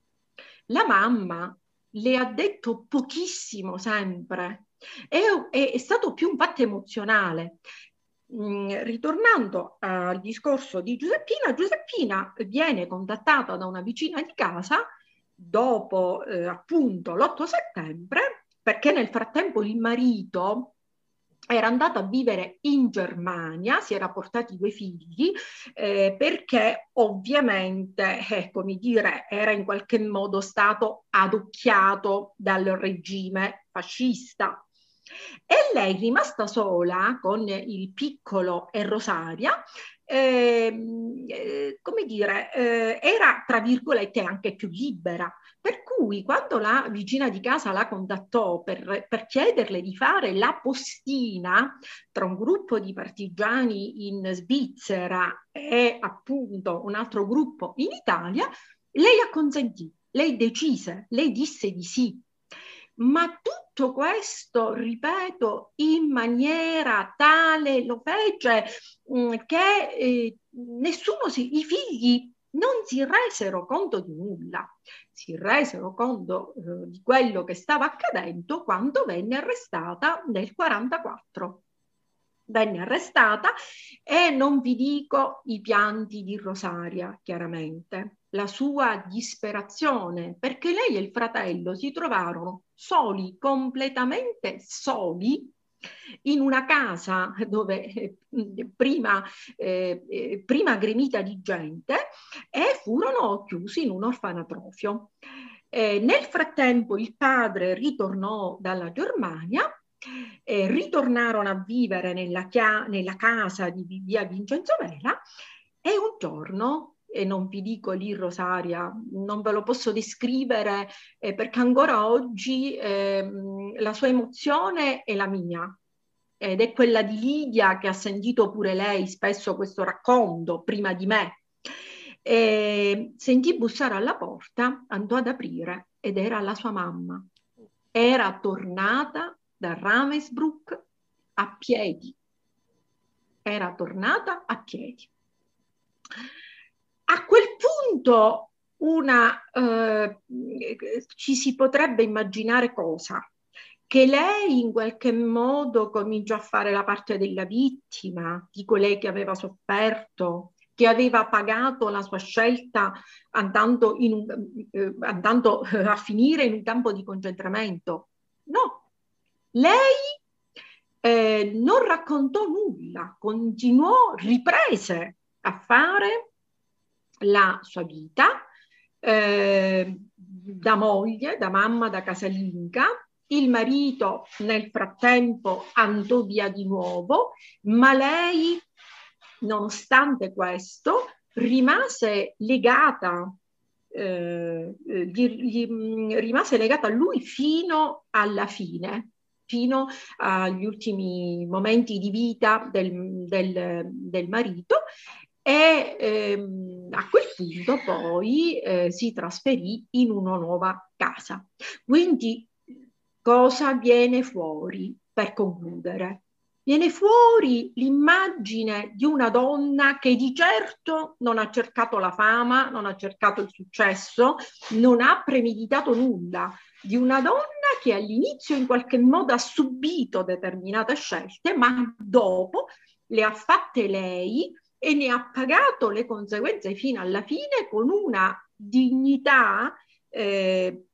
la mamma le ha detto pochissimo sempre, è, è, è stato più un fatto emozionale. Mh, ritornando al discorso di Giuseppina, Giuseppina viene contattata da una vicina di casa dopo eh, appunto l'otto settembre, perché nel frattempo il marito era andato a vivere in Germania, si era portati due figli, eh, perché ovviamente, eh, come dire, era in qualche modo stato adocchiato dal regime fascista. E lei, rimasta sola con il piccolo e Rosaria, eh, eh, come dire, eh, era tra virgolette anche più libera. Per cui quando la vicina di casa la contattò per, per chiederle di fare la postina tra un gruppo di partigiani in Svizzera e appunto un altro gruppo in Italia, lei acconsentì, lei decise, lei disse di sì. Ma tutto questo, ripeto, in maniera tale lo fece mh, che eh, nessuno si, i figli non si resero conto di nulla, si resero conto eh, di quello che stava accadendo quando venne arrestata nel quarantaquattro. Venne arrestata e non vi dico i pianti di Rosaria, chiaramente, la sua disperazione, perché lei e il fratello si trovarono soli, completamente soli, in una casa dove eh, prima, eh, prima gremita di gente, e furono chiusi in un orfanatrofio. Eh, nel frattempo il padre ritornò dalla Germania, eh, ritornarono a vivere nella, nella casa di via Vincenzo Vela, e un giorno, e non vi dico lì Rosaria, non ve lo posso descrivere eh, perché ancora oggi eh, la sua emozione è la mia, ed è quella di Lidia, che ha sentito pure lei spesso questo racconto prima di me. E sentì bussare alla porta, andò ad aprire ed era la sua mamma. Era tornata da Ravensbrück a piedi. Era tornata a piedi. A quel punto una, eh, ci si potrebbe immaginare cosa? Che lei in qualche modo cominciò a fare la parte della vittima, di colei che aveva sofferto, che aveva pagato la sua scelta andando, in un, eh, andando a finire in un campo di concentramento. No, lei eh, non raccontò nulla, continuò, riprese a fare la sua vita eh, da moglie, da mamma, da casalinga. Il marito nel frattempo andò via di nuovo, ma lei, nonostante questo, rimase legata, eh, gli, gli, rimase legata a lui fino alla fine, fino agli ultimi momenti di vita del, del, del marito. E ehm, a quel punto poi eh, si trasferì in una nuova casa. Quindi cosa viene fuori per concludere? Viene fuori l'immagine di una donna che di certo non ha cercato la fama, non ha cercato il successo, non ha premeditato nulla, di una donna che all'inizio in qualche modo ha subito determinate scelte, ma dopo le ha fatte lei e ne ha pagato le conseguenze fino alla fine con una dignità eh,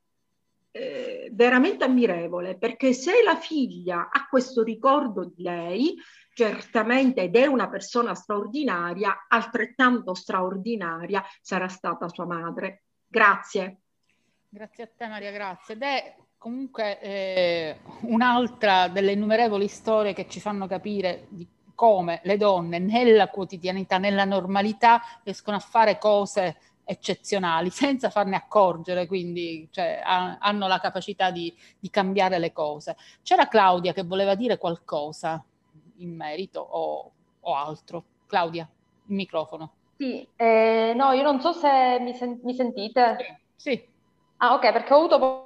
eh, veramente ammirevole, perché se la figlia ha questo ricordo di lei, certamente, ed è una persona straordinaria, altrettanto straordinaria sarà stata sua madre. Grazie. Grazie a te Maria Grazia. Ed è comunque eh, un'altra delle innumerevoli storie che ci fanno capire di come le donne nella quotidianità, nella normalità, riescono a fare cose eccezionali senza farne accorgere, quindi cioè, ha, hanno la capacità di, di cambiare le cose. C'era Claudia che voleva dire qualcosa in merito o, o altro. Claudia, il microfono. Sì, eh, no, io non so se mi, sen- mi sentite. Sì. Sì. Ah, ok, perché ho avuto...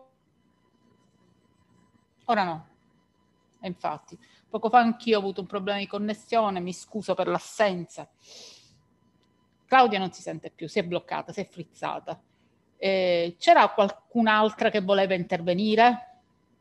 Ora no. E infatti, poco fa anch'io ho avuto un problema di connessione, mi scuso per l'assenza. Claudia non si sente più, si è bloccata, si è frizzata. Eh, c'era qualcun'altra che voleva intervenire?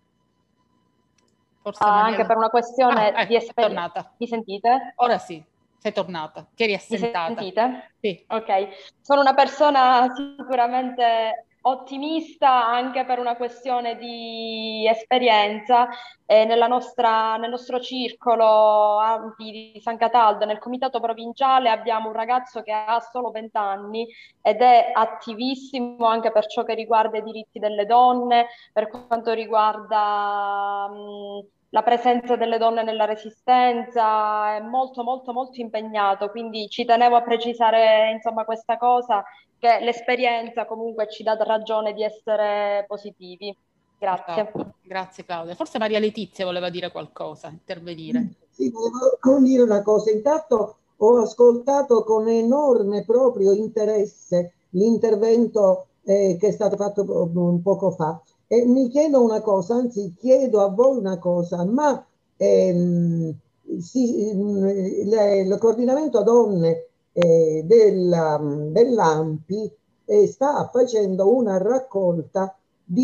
Forse Ah, Maria... anche per una questione ah, ecco, di esperienza. tornata. Mi sentite? Ora sì, sei tornata, ti eri assentata. Mi sentite? Sì. Ok, sono una persona sicuramente ottimista anche per una questione di esperienza. Eh, nella nostra, nel nostro circolo Ampi di San Cataldo, nel comitato provinciale, abbiamo un ragazzo che ha solo venti anni ed è attivissimo anche per ciò che riguarda i diritti delle donne, per quanto riguarda mh, la presenza delle donne nella resistenza, è molto molto molto impegnato, quindi ci tenevo a precisare insomma questa cosa, che l'esperienza comunque ci dà ragione di essere positivi. Grazie. Esatto. Grazie Claudia. Forse Maria Letizia voleva dire qualcosa, intervenire. Sì, volevo dire una cosa. Intanto ho ascoltato con enorme proprio interesse l'intervento eh, che è stato fatto un poco fa e mi chiedo una cosa, anzi chiedo a voi una cosa, ma ehm, si, le, il coordinamento donne eh, della, dell'Ampi eh, sta facendo una raccolta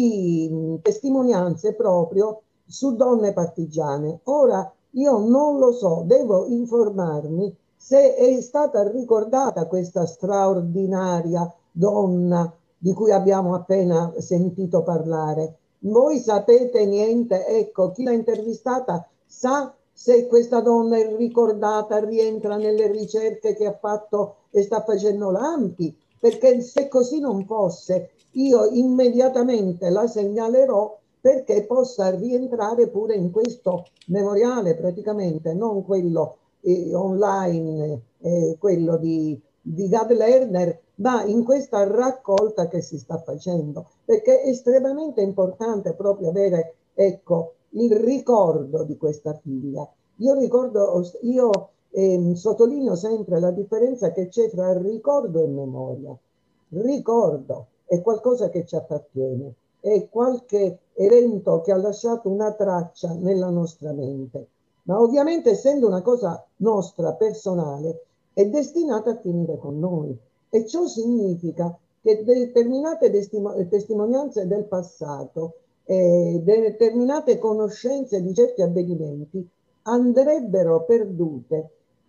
di testimonianze proprio su donne partigiane. Ora io non lo so, devo informarmi se è stata ricordata questa straordinaria donna di cui abbiamo appena sentito parlare. Voi sapete niente? Ecco, chi l'ha intervistata sa se questa donna è ricordata, rientra nelle ricerche che ha fatto e sta facendo l'Ampi, perché se così non fosse, io immediatamente la segnalerò perché possa rientrare pure in questo memoriale, praticamente, non quello eh, online, eh, quello di, di Gad Lerner, ma in questa raccolta che si sta facendo, perché è estremamente importante proprio avere, ecco, il ricordo di questa figlia. Io ricordo, io eh, sottolineo sempre la differenza che c'è tra ricordo e memoria. Ricordo è qualcosa che ci appartiene, è qualche evento che ha lasciato una traccia nella nostra mente, ma ovviamente essendo una cosa nostra, personale, è destinata a finire con noi. E ciò significa che determinate testimonianze del passato, eh, determinate conoscenze di certi avvenimenti andrebbero perdute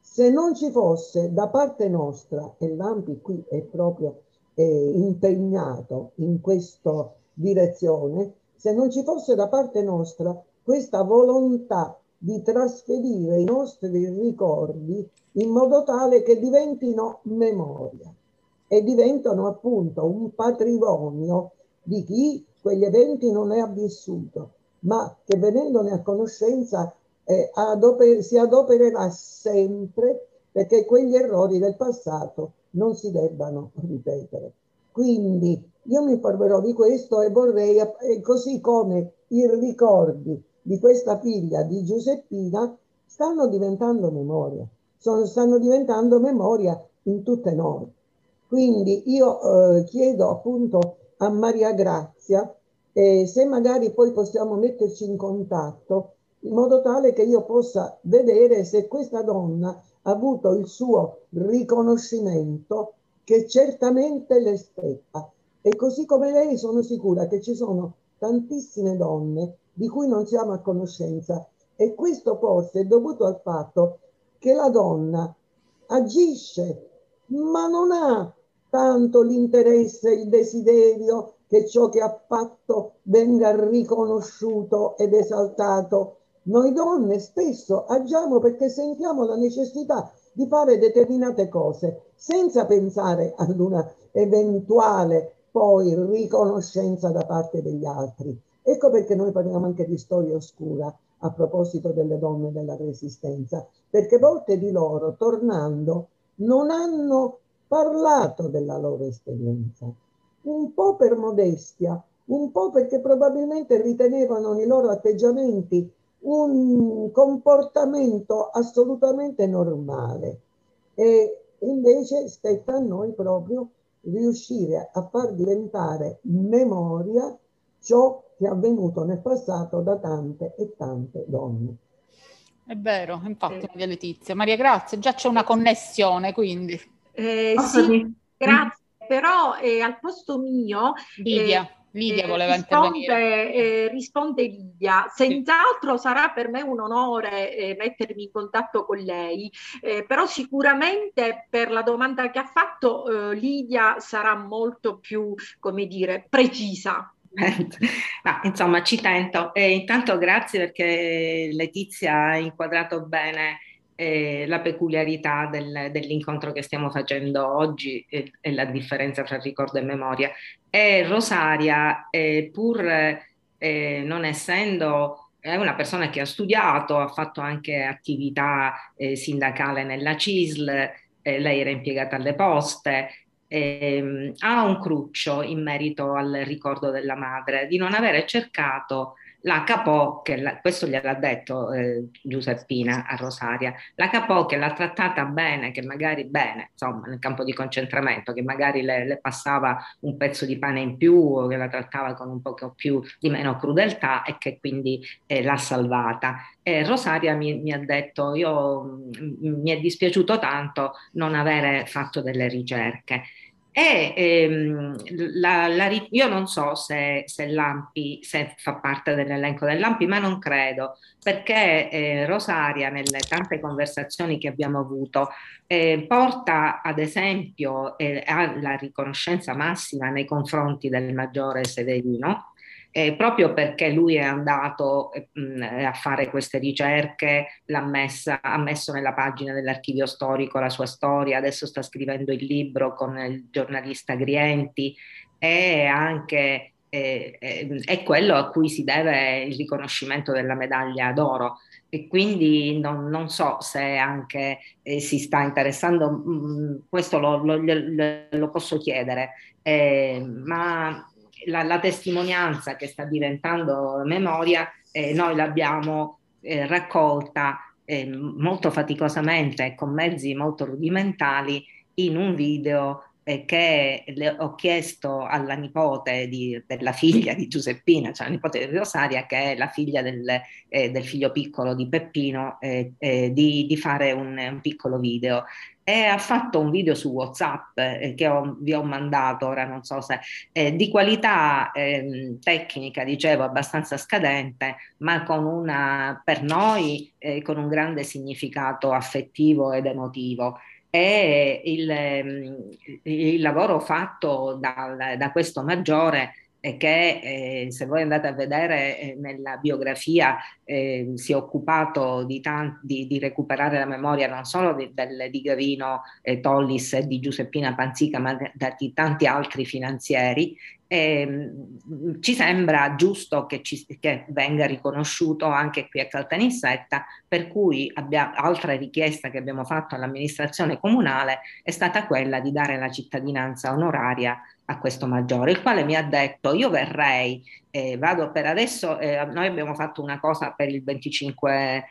Se non ci fosse da parte nostra, e l'Ampi qui è proprio eh, impegnato in questa direzione, se non ci fosse da parte nostra questa volontà di trasferire i nostri ricordi in modo tale che diventino memoria e diventano appunto un patrimonio di chi quegli eventi non ne ha vissuto, ma che venendone a conoscenza eh, adoper- si adopererà sempre perché quegli errori del passato non si debbano ripetere. Quindi io mi informerò di questo e vorrei, eh, così come i ricordi di questa figlia di Giuseppina stanno diventando memoria, sono, stanno diventando memoria in tutte noi. Quindi io eh, chiedo appunto a Maria Grazia eh, se magari poi possiamo metterci in contatto in modo tale che io possa vedere se questa donna ha avuto il suo riconoscimento che certamente le spetta. E così come lei sono sicura che ci sono tantissime donne di cui non siamo a conoscenza, e questo forse è dovuto al fatto che la donna agisce, ma non ha tanto l'interesse, il desiderio che ciò che ha fatto venga riconosciuto ed esaltato. Noi donne spesso agiamo perché sentiamo la necessità di fare determinate cose senza pensare ad una eventuale poi riconoscenza da parte degli altri. Ecco perché noi parliamo anche di storia oscura a proposito delle donne della Resistenza, perché molte di loro, tornando, non hanno parlato della loro esperienza, un po' per modestia, un po' perché probabilmente ritenevano nei loro atteggiamenti un comportamento assolutamente normale, e invece spetta a noi proprio riuscire a far diventare memoria ciò che è avvenuto nel passato da tante e tante donne. È vero, infatti, Maria Letizia. Maria Grazia, già c'è una connessione, quindi. Eh, sì, grazie, però eh, al posto mio Lidia, eh, Lidia eh, voleva risponde, intervenire. eh, risponde Lidia. Senz'altro sì. Sarà per me un onore eh, mettermi in contatto con lei, eh, però sicuramente per la domanda che ha fatto eh, Lidia sarà molto più, come dire, precisa. Ma, insomma, ci tento. E intanto grazie perché Letizia ha inquadrato bene eh, la peculiarità del, dell'incontro che stiamo facendo oggi e, e la differenza tra ricordo e memoria. E Rosaria, eh, pur eh, non essendo, è una persona che ha studiato, ha fatto anche attività eh, sindacale nella C I S L, eh, lei era impiegata alle poste. Eh, ha un cruccio in merito al ricordo della madre, di non avere cercato la capò, che la, questo gliel'ha detto eh, Giuseppina a Rosaria, la capò che l'ha trattata bene, che magari bene, insomma, nel campo di concentramento, che magari le, le passava un pezzo di pane in più o che la trattava con un poco più di meno crudeltà e che quindi eh, l'ha salvata. E Rosaria mi, mi ha detto, io m, mi è dispiaciuto tanto non avere fatto delle ricerche. E ehm, la, la, io non so se, se l'Ampi se fa parte dell'elenco dell'Ampi, ma non credo, perché eh, Rosaria, nelle tante conversazioni che abbiamo avuto, eh, porta ad esempio eh, alla riconoscenza massima nei confronti del maggiore Severino. Eh, proprio perché lui è andato eh, mh, a fare queste ricerche, l'ha messa, ha messo nella pagina dell'archivio storico la sua storia, adesso sta scrivendo il libro con il giornalista Grienti, e anche eh, eh, è quello a cui si deve il riconoscimento della medaglia d'oro. E quindi non, non so se anche eh, si sta interessando, mh, questo lo, lo, lo posso chiedere, eh, ma La, la testimonianza che sta diventando memoria, eh, noi l'abbiamo eh, raccolta eh, molto faticosamente e con mezzi molto rudimentali in un video eh, che le ho chiesto alla nipote di, della figlia di Giuseppina, cioè la nipote di Rosaria, che è la figlia del, eh, del figlio piccolo di Peppino, eh, eh, di, di fare un, un piccolo video. e ha fatto un video su WhatsApp eh, che ho, vi ho mandato, ora non so se, eh, di qualità eh, tecnica, dicevo, abbastanza scadente, ma con una, per noi, eh, con un grande significato affettivo ed emotivo. E il, il lavoro fatto dal, da questo maggiore e che eh, se voi andate a vedere eh, nella biografia eh, si è occupato di, tan- di, di recuperare la memoria non solo di, del, di Gavino eh, Tollis e di Giuseppina Panzica, ma de- di tanti altri finanzieri. Eh, ci sembra giusto che, ci, che venga riconosciuto anche qui a Caltanissetta, per cui abbia, altra richiesta che abbiamo fatto all'amministrazione comunale è stata quella di dare la cittadinanza onoraria a questo maggiore, il quale mi ha detto: io verrei, eh, vado per adesso, eh, noi abbiamo fatto una cosa per il venticinque,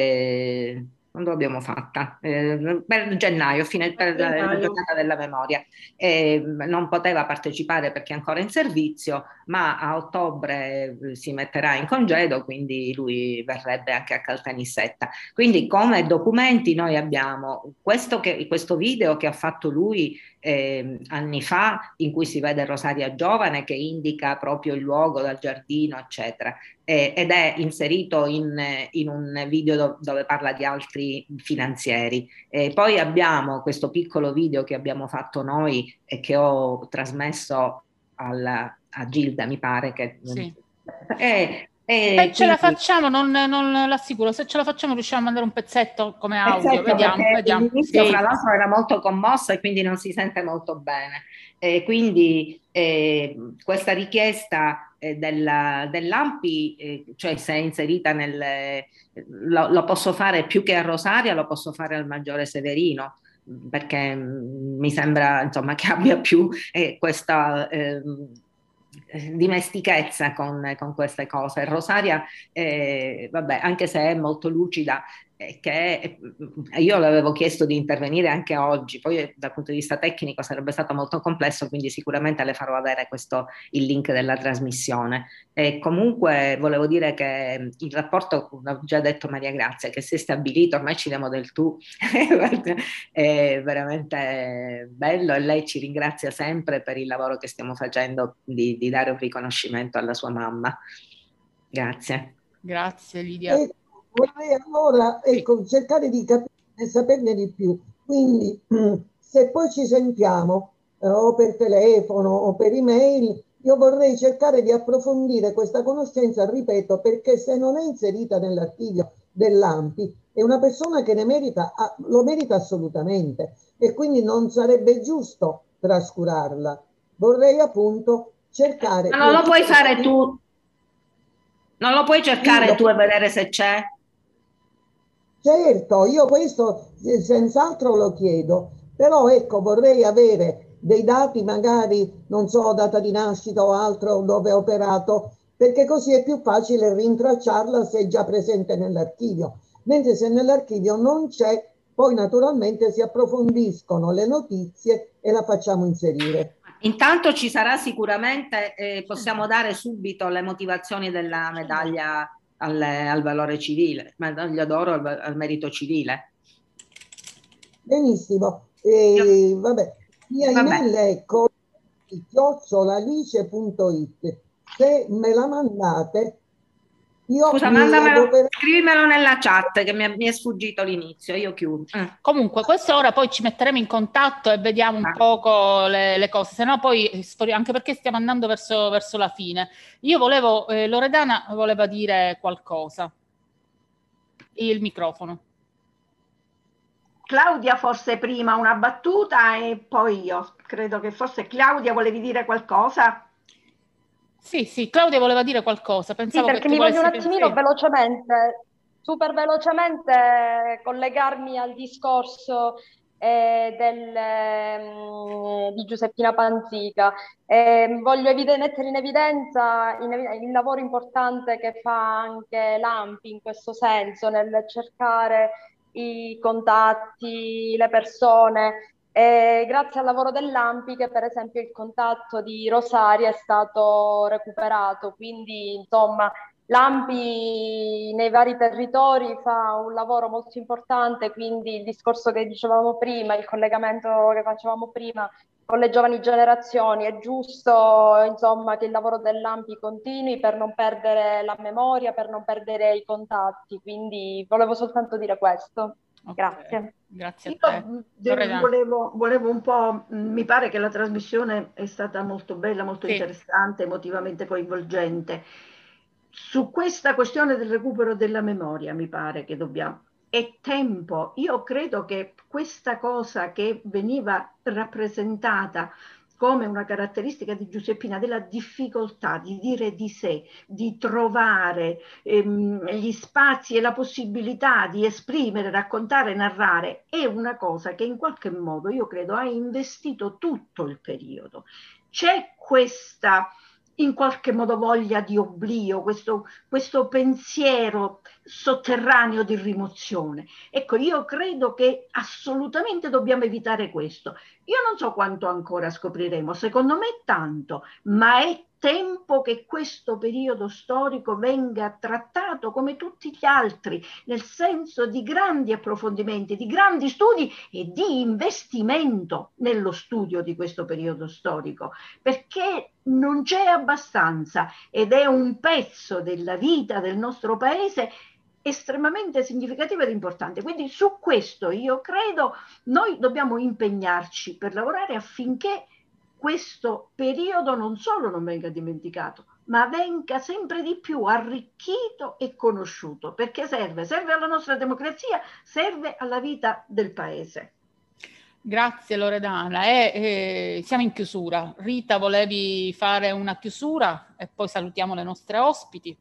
eh, quando l'abbiamo fatta? Eh, per gennaio, fine, per la, la giornata della memoria. Eh, non poteva partecipare perché è ancora in servizio, ma a ottobre eh, si metterà in congedo, quindi lui verrebbe anche a Caltanissetta. Quindi come documenti noi abbiamo questo, che, questo video che ha fatto lui eh, anni fa, in cui si vede Rosaria giovane che indica proprio il luogo dal giardino, eccetera, eh, ed è inserito in, in un video do, dove parla di altri finanzieri. Eh, poi abbiamo questo piccolo video che abbiamo fatto noi e che ho trasmesso alla, a Gilda, mi pare che... Sì. Eh, se eh, ce la quindi, facciamo, non, non l'assicuro, se ce la facciamo riusciamo a mandare un pezzetto come audio, Perfetto, vediamo, perché vediamo. all'inizio Sì. fra l'altro era molto commossa e quindi non si sente molto bene. E quindi eh, questa richiesta eh, della, dell'Ampi, eh, cioè se è inserita nel... Lo, lo posso fare più che a Rosaria, lo posso fare al Maggiore Severino, perché mh, mi sembra insomma che abbia più eh, questa... Eh, dimestichezza con, con queste cose. Rosaria, eh, vabbè, anche se è molto lucida, eh, che eh, io le avevo chiesto di intervenire anche oggi, poi dal punto di vista tecnico sarebbe stato molto complesso, quindi sicuramente le farò avere questo, il link della trasmissione. E comunque volevo dire che il rapporto, come ho già detto Maria Grazia, che si è stabilito, ormai ci diamo del tu, è veramente bello e lei ci ringrazia sempre per il lavoro che stiamo facendo di, di dare un riconoscimento alla sua mamma. Grazie. Grazie Lidia. E vorrei allora ecco, cercare di capire e saperne di più. Quindi se poi ci sentiamo eh, o per telefono o per email, io vorrei cercare di approfondire questa conoscenza, ripeto, perché se non è inserita nell'archivio dell'Ampi è una persona che ne merita, lo merita assolutamente e quindi non sarebbe giusto trascurarla. Vorrei appunto cercare... Ma non lo puoi fare tu? Non lo puoi cercare Io, tu e vedere se c'è? certo, io questo senz'altro lo chiedo, però ecco, vorrei avere dei dati, magari, non so, data di nascita o altro dove ha operato, perché così è più facile rintracciarla se è già presente nell'archivio. Mentre se nell'archivio non c'è, poi naturalmente si approfondiscono le notizie e la facciamo inserire. Intanto ci sarà sicuramente, eh, possiamo dare subito le motivazioni della medaglia al, al valore civile, medaglia d'oro al, al merito civile. Benissimo, e, vabbè, mia Vabbè. email è chiocciolalice punto it. Se me la mandate, io Scusa, mi mandamelo, adopero... scrivimelo nella chat che mi è, mi è sfuggito l'inizio, io chiudo. Eh. Comunque, questa ora poi ci metteremo in contatto e vediamo un ah. poco le, le cose, se no poi, anche perché stiamo andando verso, verso la fine. Io volevo, eh, Loredana voleva dire qualcosa. Il microfono. Claudia forse prima una battuta e poi io. Credo che forse Claudia volevi dire qualcosa? Sì, sì, Claudia voleva dire qualcosa. Pensavo sì, perché che mi voglio un volessi... attimino sì. velocemente, super velocemente collegarmi al discorso eh, del, eh, di Giuseppina Panzica. Eh, voglio evide- mettere in evidenza in, il lavoro importante che fa anche l'Ampi in questo senso, nel cercare i contatti, le persone. E grazie al lavoro dell'Ampi che per esempio il contatto di Rosaria è stato recuperato, quindi insomma L'A M P I nei vari territori fa un lavoro molto importante, quindi il discorso che dicevamo prima, il collegamento che facevamo prima con le giovani generazioni, è giusto insomma che il lavoro dell'A M P I continui per non perdere la memoria, per non perdere i contatti, quindi volevo soltanto dire questo. Okay. Grazie. Grazie a Io te. de- volevo, volevo un po', mh, mi pare che la trasmissione è stata molto bella, molto Sì. interessante, emotivamente coinvolgente. Su questa questione del recupero della memoria, mi pare che dobbiamo. È tempo. Io credo che questa cosa che veniva rappresentata come una caratteristica di Giuseppina, della difficoltà di dire di sé, di trovare ehm, gli spazi e la possibilità di esprimere, raccontare, narrare, è una cosa che in qualche modo io credo ha investito tutto il periodo. C'è questa in qualche modo voglia di oblio, questo, questo pensiero sotterraneo di rimozione. Ecco, io credo che assolutamente dobbiamo evitare questo. Io non so quanto ancora scopriremo, secondo me tanto, ma è tempo che questo periodo storico venga trattato come tutti gli altri, nel senso di grandi approfondimenti, di grandi studi e di investimento nello studio di questo periodo storico, perché non c'è abbastanza ed è un pezzo della vita del nostro paese estremamente significativo ed importante. Quindi su questo io credo noi dobbiamo impegnarci per lavorare affinché questo periodo non solo non venga dimenticato, ma venga sempre di più arricchito e conosciuto, perché serve, serve alla nostra democrazia, serve alla vita del paese. Grazie Loredana. E, eh, siamo in chiusura. Rita, volevi fare una chiusura e poi salutiamo le nostre ospiti?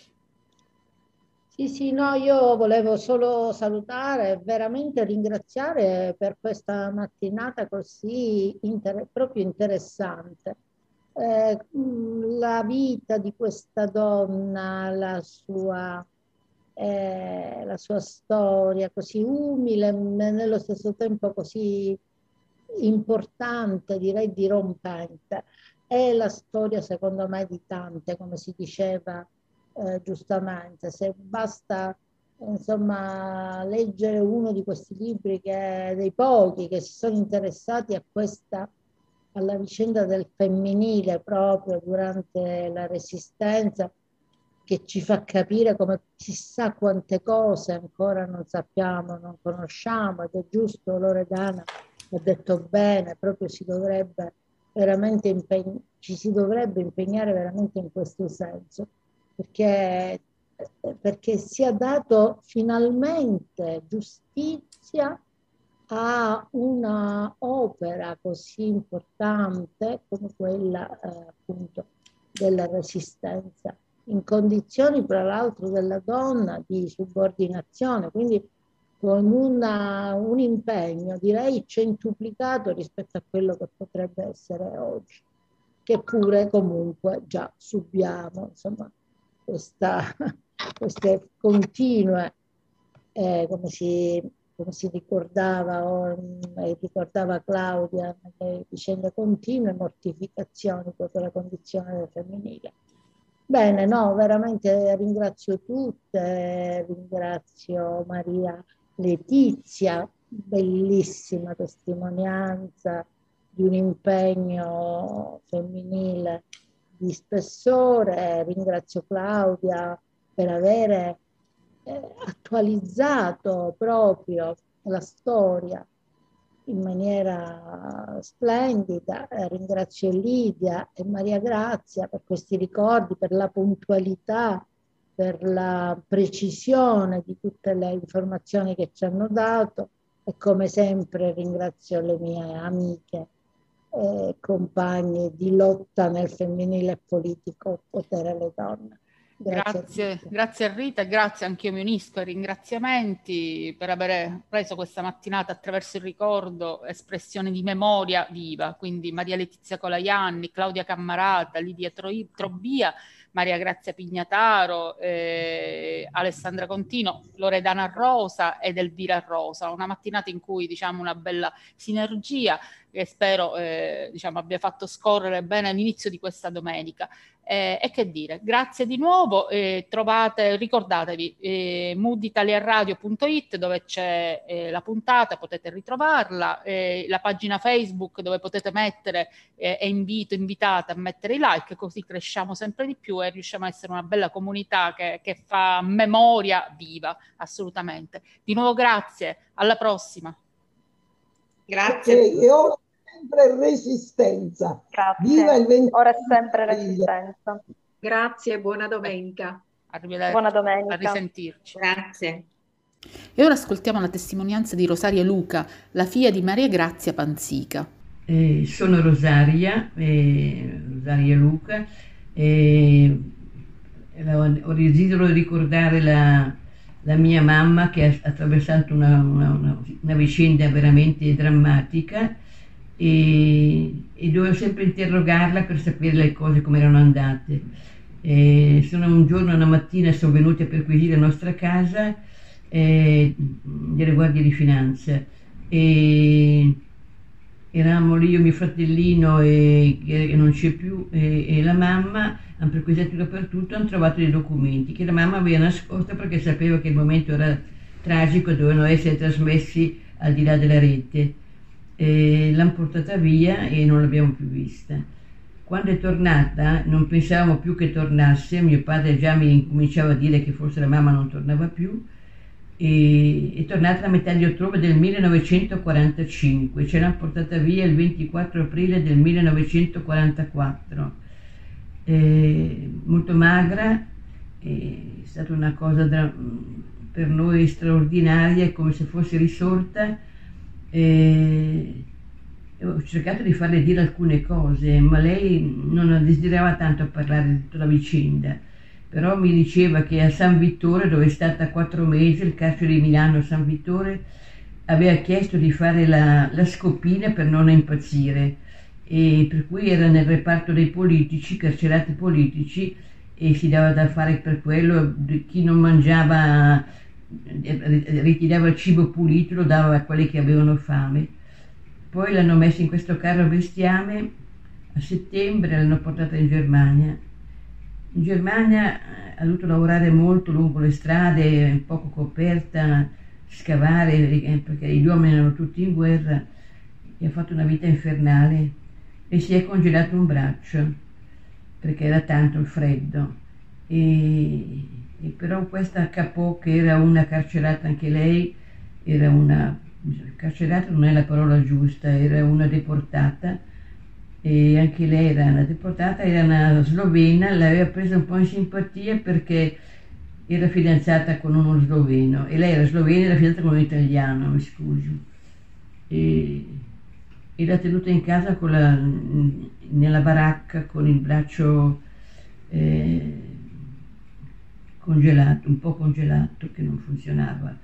Sì, sì, no, io volevo solo salutare e veramente ringraziare per questa mattinata così inter- proprio interessante. Eh, la vita di questa donna, la sua, eh, la sua storia così umile, ma nello stesso tempo così importante, direi dirompente, è la storia secondo me di tante, come si diceva eh, giustamente. Se basta insomma leggere uno di questi libri, che dei pochi che si sono interessati a questa, alla vicenda del femminile proprio durante la Resistenza, che ci fa capire come chissà quante cose ancora non sappiamo, non conosciamo, ed è giusto, Loredana ha detto bene, proprio si dovrebbe veramente impeg- ci si dovrebbe impegnare veramente in questo senso, perché, perché sia dato finalmente giustizia a una opera così importante come quella eh, appunto della Resistenza, in condizioni tra l'altro della donna di subordinazione, quindi con una, un impegno direi centuplicato rispetto a quello che potrebbe essere oggi, che pure comunque già subiamo, insomma, questa, queste continue, eh, come si come si ricordava, o, eh, ricordava Claudia, nelle vicende continue, mortificazioni proprio la condizione femminile. Bene, no, veramente ringrazio tutte, ringrazio Maria Letizia, bellissima testimonianza di un impegno femminile di spessore, ringrazio Claudia per avere eh, attualizzato proprio la storia in maniera splendida. Eh, ringrazio Lidia e Maria Grazia per questi ricordi, per la puntualità, per la precisione di tutte le informazioni che ci hanno dato, e come sempre ringrazio le mie amiche e compagne di lotta nel femminile politico potere alle donne. Grazie, Grazie, grazie a Rita, grazie, anche io mi unisco ai ringraziamenti per aver preso questa mattinata attraverso il ricordo, espressione di memoria viva, quindi Maria Letizia Colaianni, Claudia Cammarata, Lidia Trobbia, Maria Grazia Pignataro, eh, Alessandra Contino, Loredana Rosa ed Elvira Rosa, una mattinata in cui diciamo una bella sinergia. che spero eh, diciamo, abbia fatto scorrere bene all'inizio di questa domenica. Eh, e che dire, grazie di nuovo, eh, trovate, ricordatevi eh, mood italia radio punto it dove c'è eh, la puntata, potete ritrovarla, eh, la pagina Facebook dove potete mettere eh, e invito, invitate a mettere i like, così cresciamo sempre di più e riusciamo a essere una bella comunità che, che fa memoria viva, assolutamente. Di nuovo grazie, alla prossima. Grazie. E ora sempre resistenza. Grazie. Viva il venti Ora è sempre resistenza. Grazie, buona domenica. Arrivederci. Buona domenica. A risentirci. Grazie. E ora ascoltiamo la testimonianza di Rosaria Luca, la figlia di Maria Grazia Panzica. Eh, sono Rosaria, eh, Rosaria Luca, e ho desidero ricordare la, la mia mamma che ha attraversato una, una, una, una vicenda veramente drammatica e, e dovevo sempre interrogarla per sapere le cose come erano andate. Eh, sono un giorno, una mattina, sono venuti a perquisire la nostra casa eh, delle guardie di finanza e eravamo lì io, mio fratellino e, che non c'è più e, e la mamma, hanno perquisito dappertutto, hanno trovato dei documenti che la mamma aveva nascosto perché sapeva che il momento era tragico e dovevano essere trasmessi al di là della rete. L'hanno portata via e non l'abbiamo più vista. Quando è tornata non pensavamo più che tornasse, mio padre già mi cominciava a dire che forse la mamma non tornava più. E è tornata a metà di ottobre del millenovecentoquarantacinque, ce l'hanno portata via il ventiquattro aprile del millenovecentoquarantaquattro, eh, molto magra, è stata una cosa da, per noi straordinaria, come se fosse risorta. Eh, ho cercato di farle dire alcune cose, ma lei non desiderava tanto parlare di tutta la vicenda. Però mi diceva che a San Vittore, dove è stata quattro mesi, il carcere di Milano San Vittore, aveva chiesto di fare la, la scopina per non impazzire, e per cui era nel reparto dei politici, carcerati politici, e si dava da fare per quello. Chi non mangiava, ritirava il cibo pulito, lo dava a quelli che avevano fame. Poi l'hanno messa in questo carro bestiame, a settembre l'hanno portata in Germania. In Germania ha dovuto lavorare molto lungo le strade, poco coperta, scavare, perché gli uomini erano tutti in guerra, e ha fatto una vita infernale e si è congelato un braccio perché era tanto il freddo. E, e però questa Capò, che era una carcerata anche lei, era una carcerata, non è la parola giusta, era una deportata. E anche lei era una deportata, era una slovena, l'aveva presa un po' in simpatia perché era fidanzata con uno sloveno e lei era slovena e era fidanzata con un italiano, mi scusi, e, e l'ha tenuta in casa con la, nella baracca con il braccio eh, congelato, un po' congelato, che non funzionava.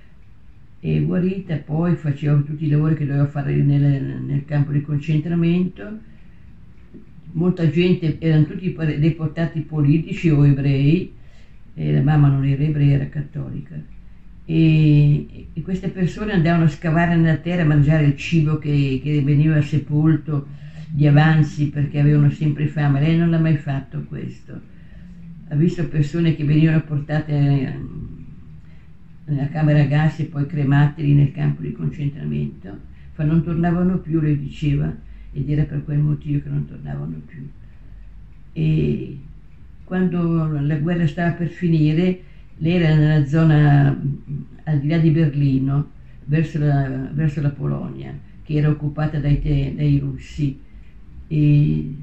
E guarita, poi faceva tutti i lavori che doveva fare nel, nel campo di concentramento. Molta gente, erano tutti deportati politici o ebrei, e la mamma non era ebrea, era cattolica, e, e queste persone andavano a scavare nella terra, a mangiare il cibo che, che veniva sepolto, gli avanzi, perché avevano sempre fame. Lei non l'ha mai fatto questo. Ha visto persone che venivano portate nella camera a gas e poi cremate lì nel campo di concentramento, ma non tornavano più, lei diceva, ed era per quel motivo che non tornavano più. E quando la guerra stava per finire, lei era nella zona al di là di Berlino, verso la, verso la Polonia, che era occupata dai, dai russi. E,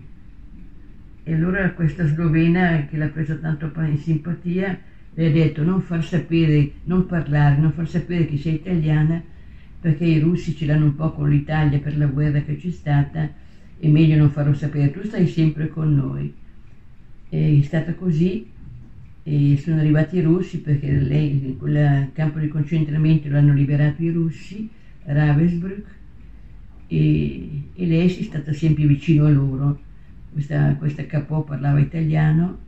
e allora questa slovena, che l'ha presa tanto in simpatia, le ha detto: non far sapere, non parlare, non far sapere che sei italiana, perché i russi ce l'hanno un po' con l'Italia per la guerra che c'è stata, è meglio non farlo sapere, tu stai sempre con noi. È stata così, e sono arrivati i russi, perché lei, in quel campo di concentramento l'hanno liberato i russi, Ravensbrück, e, e lei si è stata sempre vicino a loro. Questa, questa Capò parlava italiano,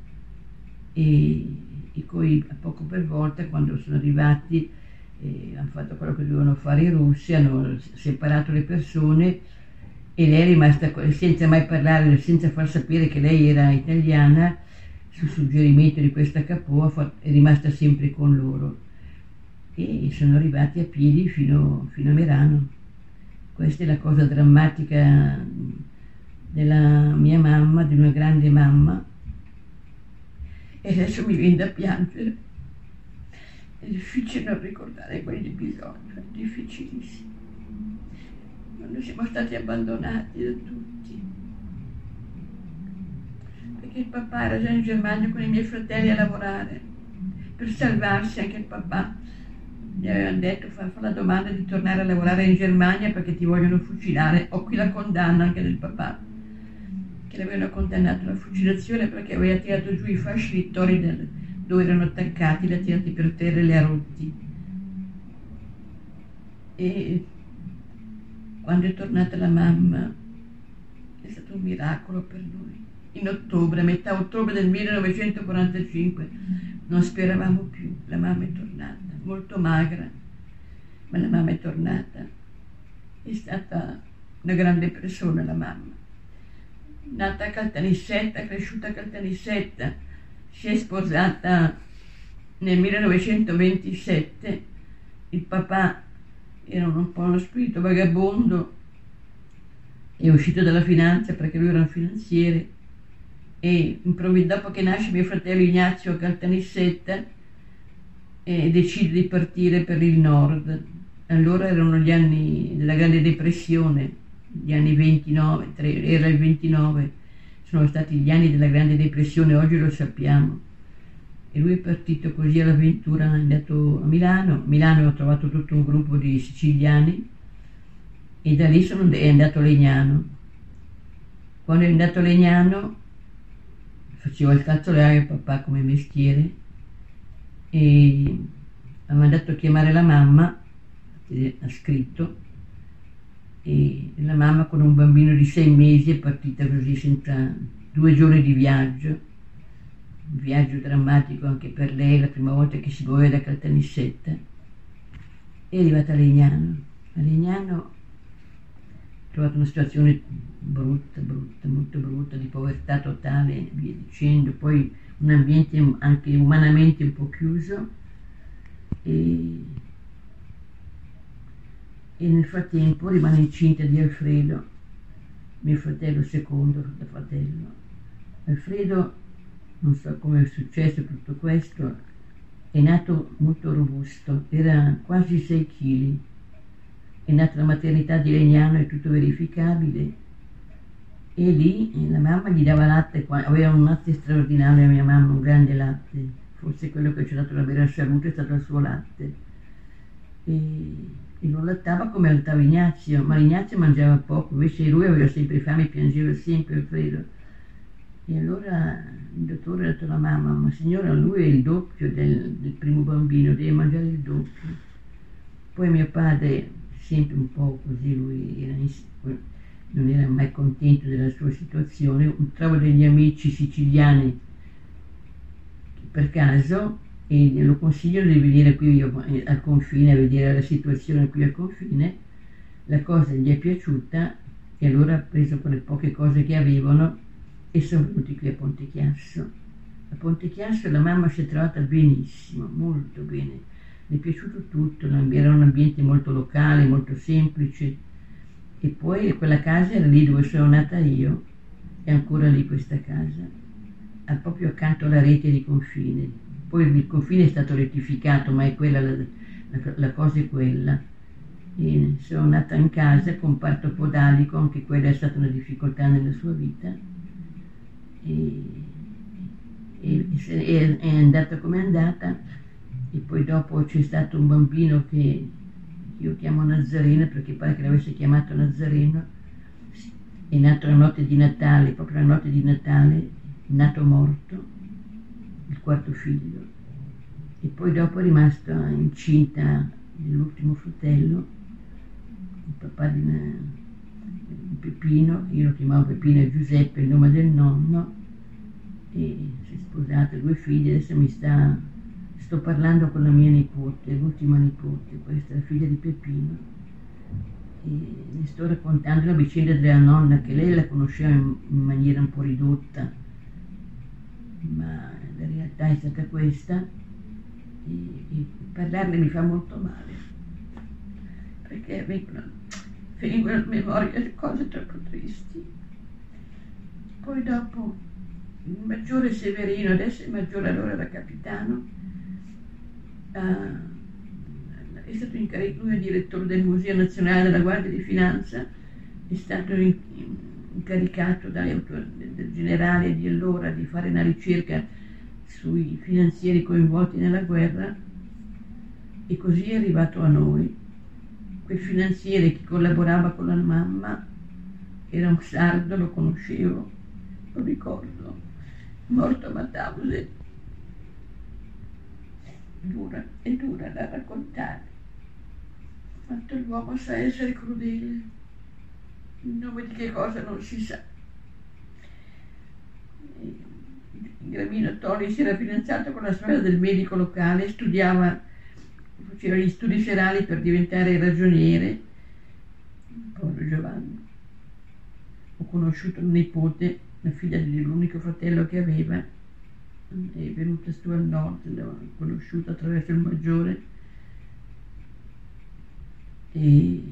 e, e poi poco per volta, quando sono arrivati, eh, hanno fatto quello che dovevano fare i russi, hanno separato le persone e lei è rimasta, senza mai parlare, senza far sapere che lei era italiana, sul suggerimento di questa Capua è rimasta sempre con loro e sono arrivati a piedi fino, fino a Merano. Questa è la cosa drammatica della mia mamma, di una grande mamma, e adesso mi viene da piangere. È difficile non ricordare quegli episodi, è difficilissimo. Noi siamo stati abbandonati da tutti, perché il papà era già in Germania con i miei fratelli a lavorare. Per salvarsi anche il papà gli avevano detto, fa, fa la domanda di tornare a lavorare in Germania perché ti vogliono fucilare. Ho qui la condanna anche del papà, che l'avevano condannato alla fucilazione perché aveva tirato giù i fasci vittori del, dove erano attaccati, li ha tirati per terra e li ha rotti. E quando è tornata la mamma è stato un miracolo per noi. In ottobre, a metà ottobre del millenovecentoquarantacinque, non speravamo più, la mamma è tornata, molto magra, ma la mamma è tornata. È stata una grande persona la mamma. Nata a Caltanissetta, cresciuta a Caltanissetta, si è sposata nel millenovecentoventisette, il papà era un po' uno spirito vagabondo, è uscito dalla finanza perché lui era un finanziere e dopo che nasce mio fratello Ignazio a Caltanissetta e decide di partire per il nord. Allora erano gli anni della Grande Depressione, gli anni ventinove, era il ventinove, sono stati gli anni della Grande Depressione, oggi lo sappiamo. E lui è partito così all'avventura, è andato a Milano. A Milano ho trovato tutto un gruppo di siciliani e da lì sono, è andato a Legnano. Quando è andato a Legnano faceva il calzolaio papà come mestiere e ha mandato a chiamare la mamma, ha scritto, e la mamma con un bambino di sei mesi è partita così senza due giorni di viaggio. Un viaggio drammatico anche per lei, la prima volta che si muoveva da Caltanissetta. È arrivata a Legnano. A Legnano ho trovato una situazione brutta, brutta, molto brutta, di povertà totale e via dicendo, poi un ambiente anche umanamente un po' chiuso e, e nel frattempo rimane incinta di Alfredo, mio fratello secondo, da fratello. Alfredo, non so come è successo tutto questo, è nato molto robusto, era quasi sei chili, è nato alla maternità di Legnano, è tutto verificabile, e lì la mamma gli dava latte, aveva un latte straordinario la mia mamma, un grande latte, forse quello che ci ha dato la vera salute è stato il suo latte, e, e lo lattava come lattava Ignazio, ma Ignazio mangiava poco, invece lui aveva sempre fame, piangeva sempre Alfredo. E allora il dottore ha detto alla mamma, ma signora, lui è il doppio del, del primo bambino, deve mangiare il doppio. Poi mio padre, sempre un po' così, lui era in, non era mai contento della sua situazione, trovo degli amici siciliani per caso e lo consigliano di venire qui al confine, a vedere la situazione qui al confine. La cosa gli è piaciuta e allora ha preso quelle poche cose che avevano e sono venuti qui a Ponte Chiasso. A Ponte Chiasso la mamma si è trovata benissimo, molto bene, le è piaciuto tutto, era un ambiente molto locale, molto semplice, e poi quella casa era lì dove sono nata io, è ancora lì questa casa, proprio accanto alla rete di confine. Poi il confine è stato rettificato, ma è quella la, la, la cosa è quella. E sono nata in casa con parto podalico, anche quella è stata una difficoltà nella sua vita. E, e, e è andata come è andata, e poi dopo c'è stato un bambino che io chiamo Nazareno perché pare che l'avesse chiamato Nazareno, è nato la notte di Natale, proprio la notte di Natale, nato morto, il quarto figlio, e poi dopo è rimasta incinta dell'ultimo fratello, il papà di una Peppino, io lo chiamavo Peppino e Giuseppe, il nome del nonno, e si è sposata, due figli, adesso mi sta, sto parlando con la mia nipote, l'ultima nipote, questa è la figlia di Peppino, mi sto raccontando la vicenda della nonna, che lei la conosceva in, in maniera un po' ridotta, ma la realtà è stata questa, e, e parlarne mi fa molto male, perché vengono, vengono a memoria cose troppo tristi. Poi dopo il maggiore Severino, adesso il maggiore, allora era capitano, uh, è stato incaricato, lui è direttore del Museo Nazionale della Guardia di Finanza, è stato in, in, incaricato dal generale di allora di fare una ricerca sui finanzieri coinvolti nella guerra, e così è arrivato a noi. Quel finanziere che collaborava con la mamma era un sardo, lo conoscevo, lo ricordo, morto a Mauthausen. Dura, è dura da raccontare, quanto l'uomo sa essere crudele, in nome di che cosa non si sa. Il Gravino Toni si era fidanzato con la sorella del medico locale, studiava, faceva gli studi serali per diventare ragioniere. Povero Giovanni. Ho conosciuto il nipote, la figlia dell'unico fratello che aveva, è venuta su al nord, l'ho conosciuta attraverso il maggiore, e,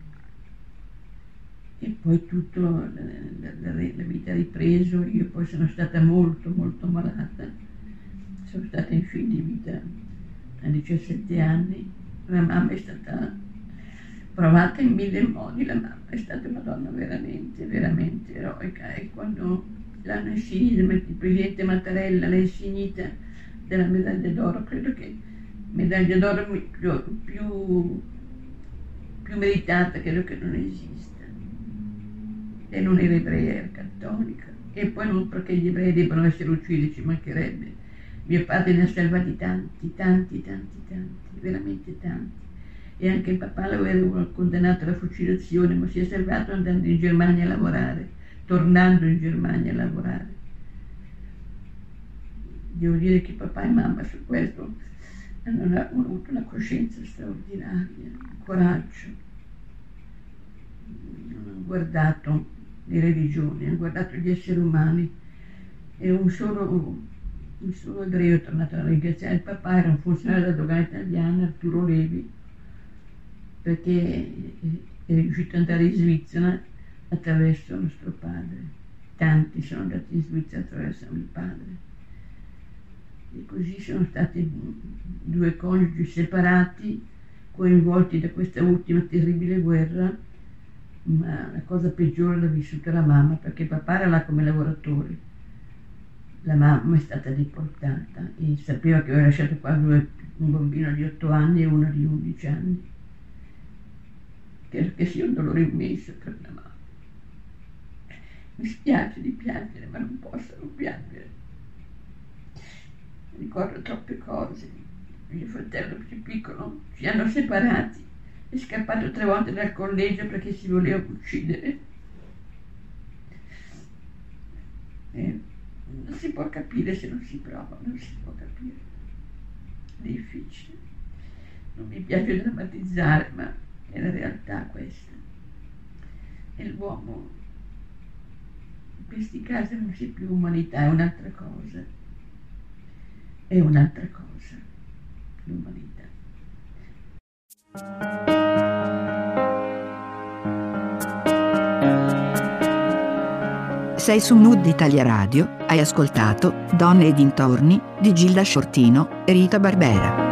e poi tutto la, la, la vita ha ripreso. Io poi sono stata molto molto malata, sono stata in fin di vita a diciassette anni. La mamma è stata provata in mille modi, la mamma è stata una donna veramente veramente eroica, e quando l'hanno insignita, il presidente Mattarella l'ha insignita della medaglia d'oro, credo che medaglia d'oro più, più, più meritata credo che non esista. E non era ebrea, era cattolica, e poi non perché gli ebrei debbano essere uccisi, ci mancherebbe. Mio padre ne ha salvati tanti, tanti, tanti, tanti, veramente tanti. E anche il papà l'aveva condannato alla fucilazione, ma si è salvato andando in Germania a lavorare, tornando in Germania a lavorare. Devo dire che papà e mamma su questo hanno avuto una coscienza straordinaria, un coraggio. Non hanno guardato le religioni, hanno guardato gli esseri umani. E un solo, un solo ebreo è tornato a ringraziare il papà, era un funzionario della dogana italiana, Arturo Levi, perché è riuscito ad andare in Svizzera attraverso nostro padre. Tanti sono andati in Svizzera attraverso mio padre. E così sono stati due coniugi separati, coinvolti da questa ultima terribile guerra, ma la cosa peggiore l'ha vissuta la mamma, perché papà era là come lavoratore. La mamma è stata deportata e sapeva che aveva lasciato qua due, un bambino di otto anni e uno di undici anni. Credo che sia un dolore immenso per la mamma. Mi spiace di piangere, ma non posso non piangere. Ricordo troppe cose. Mio fratello più piccolo ci hanno separati, è scappato tre volte dal collegio perché si voleva uccidere. E non si può capire se non si prova, non si può capire. È difficile. Non mi piace drammatizzare, ma è la realtà questa. E l'uomo in questi casi non c'è più umanità, è un'altra cosa. È un'altra cosa, l'umanità. Sei su Nud Italia Radio, hai ascoltato Donne e dintorni di Gilda Shortino e Rita Barbera.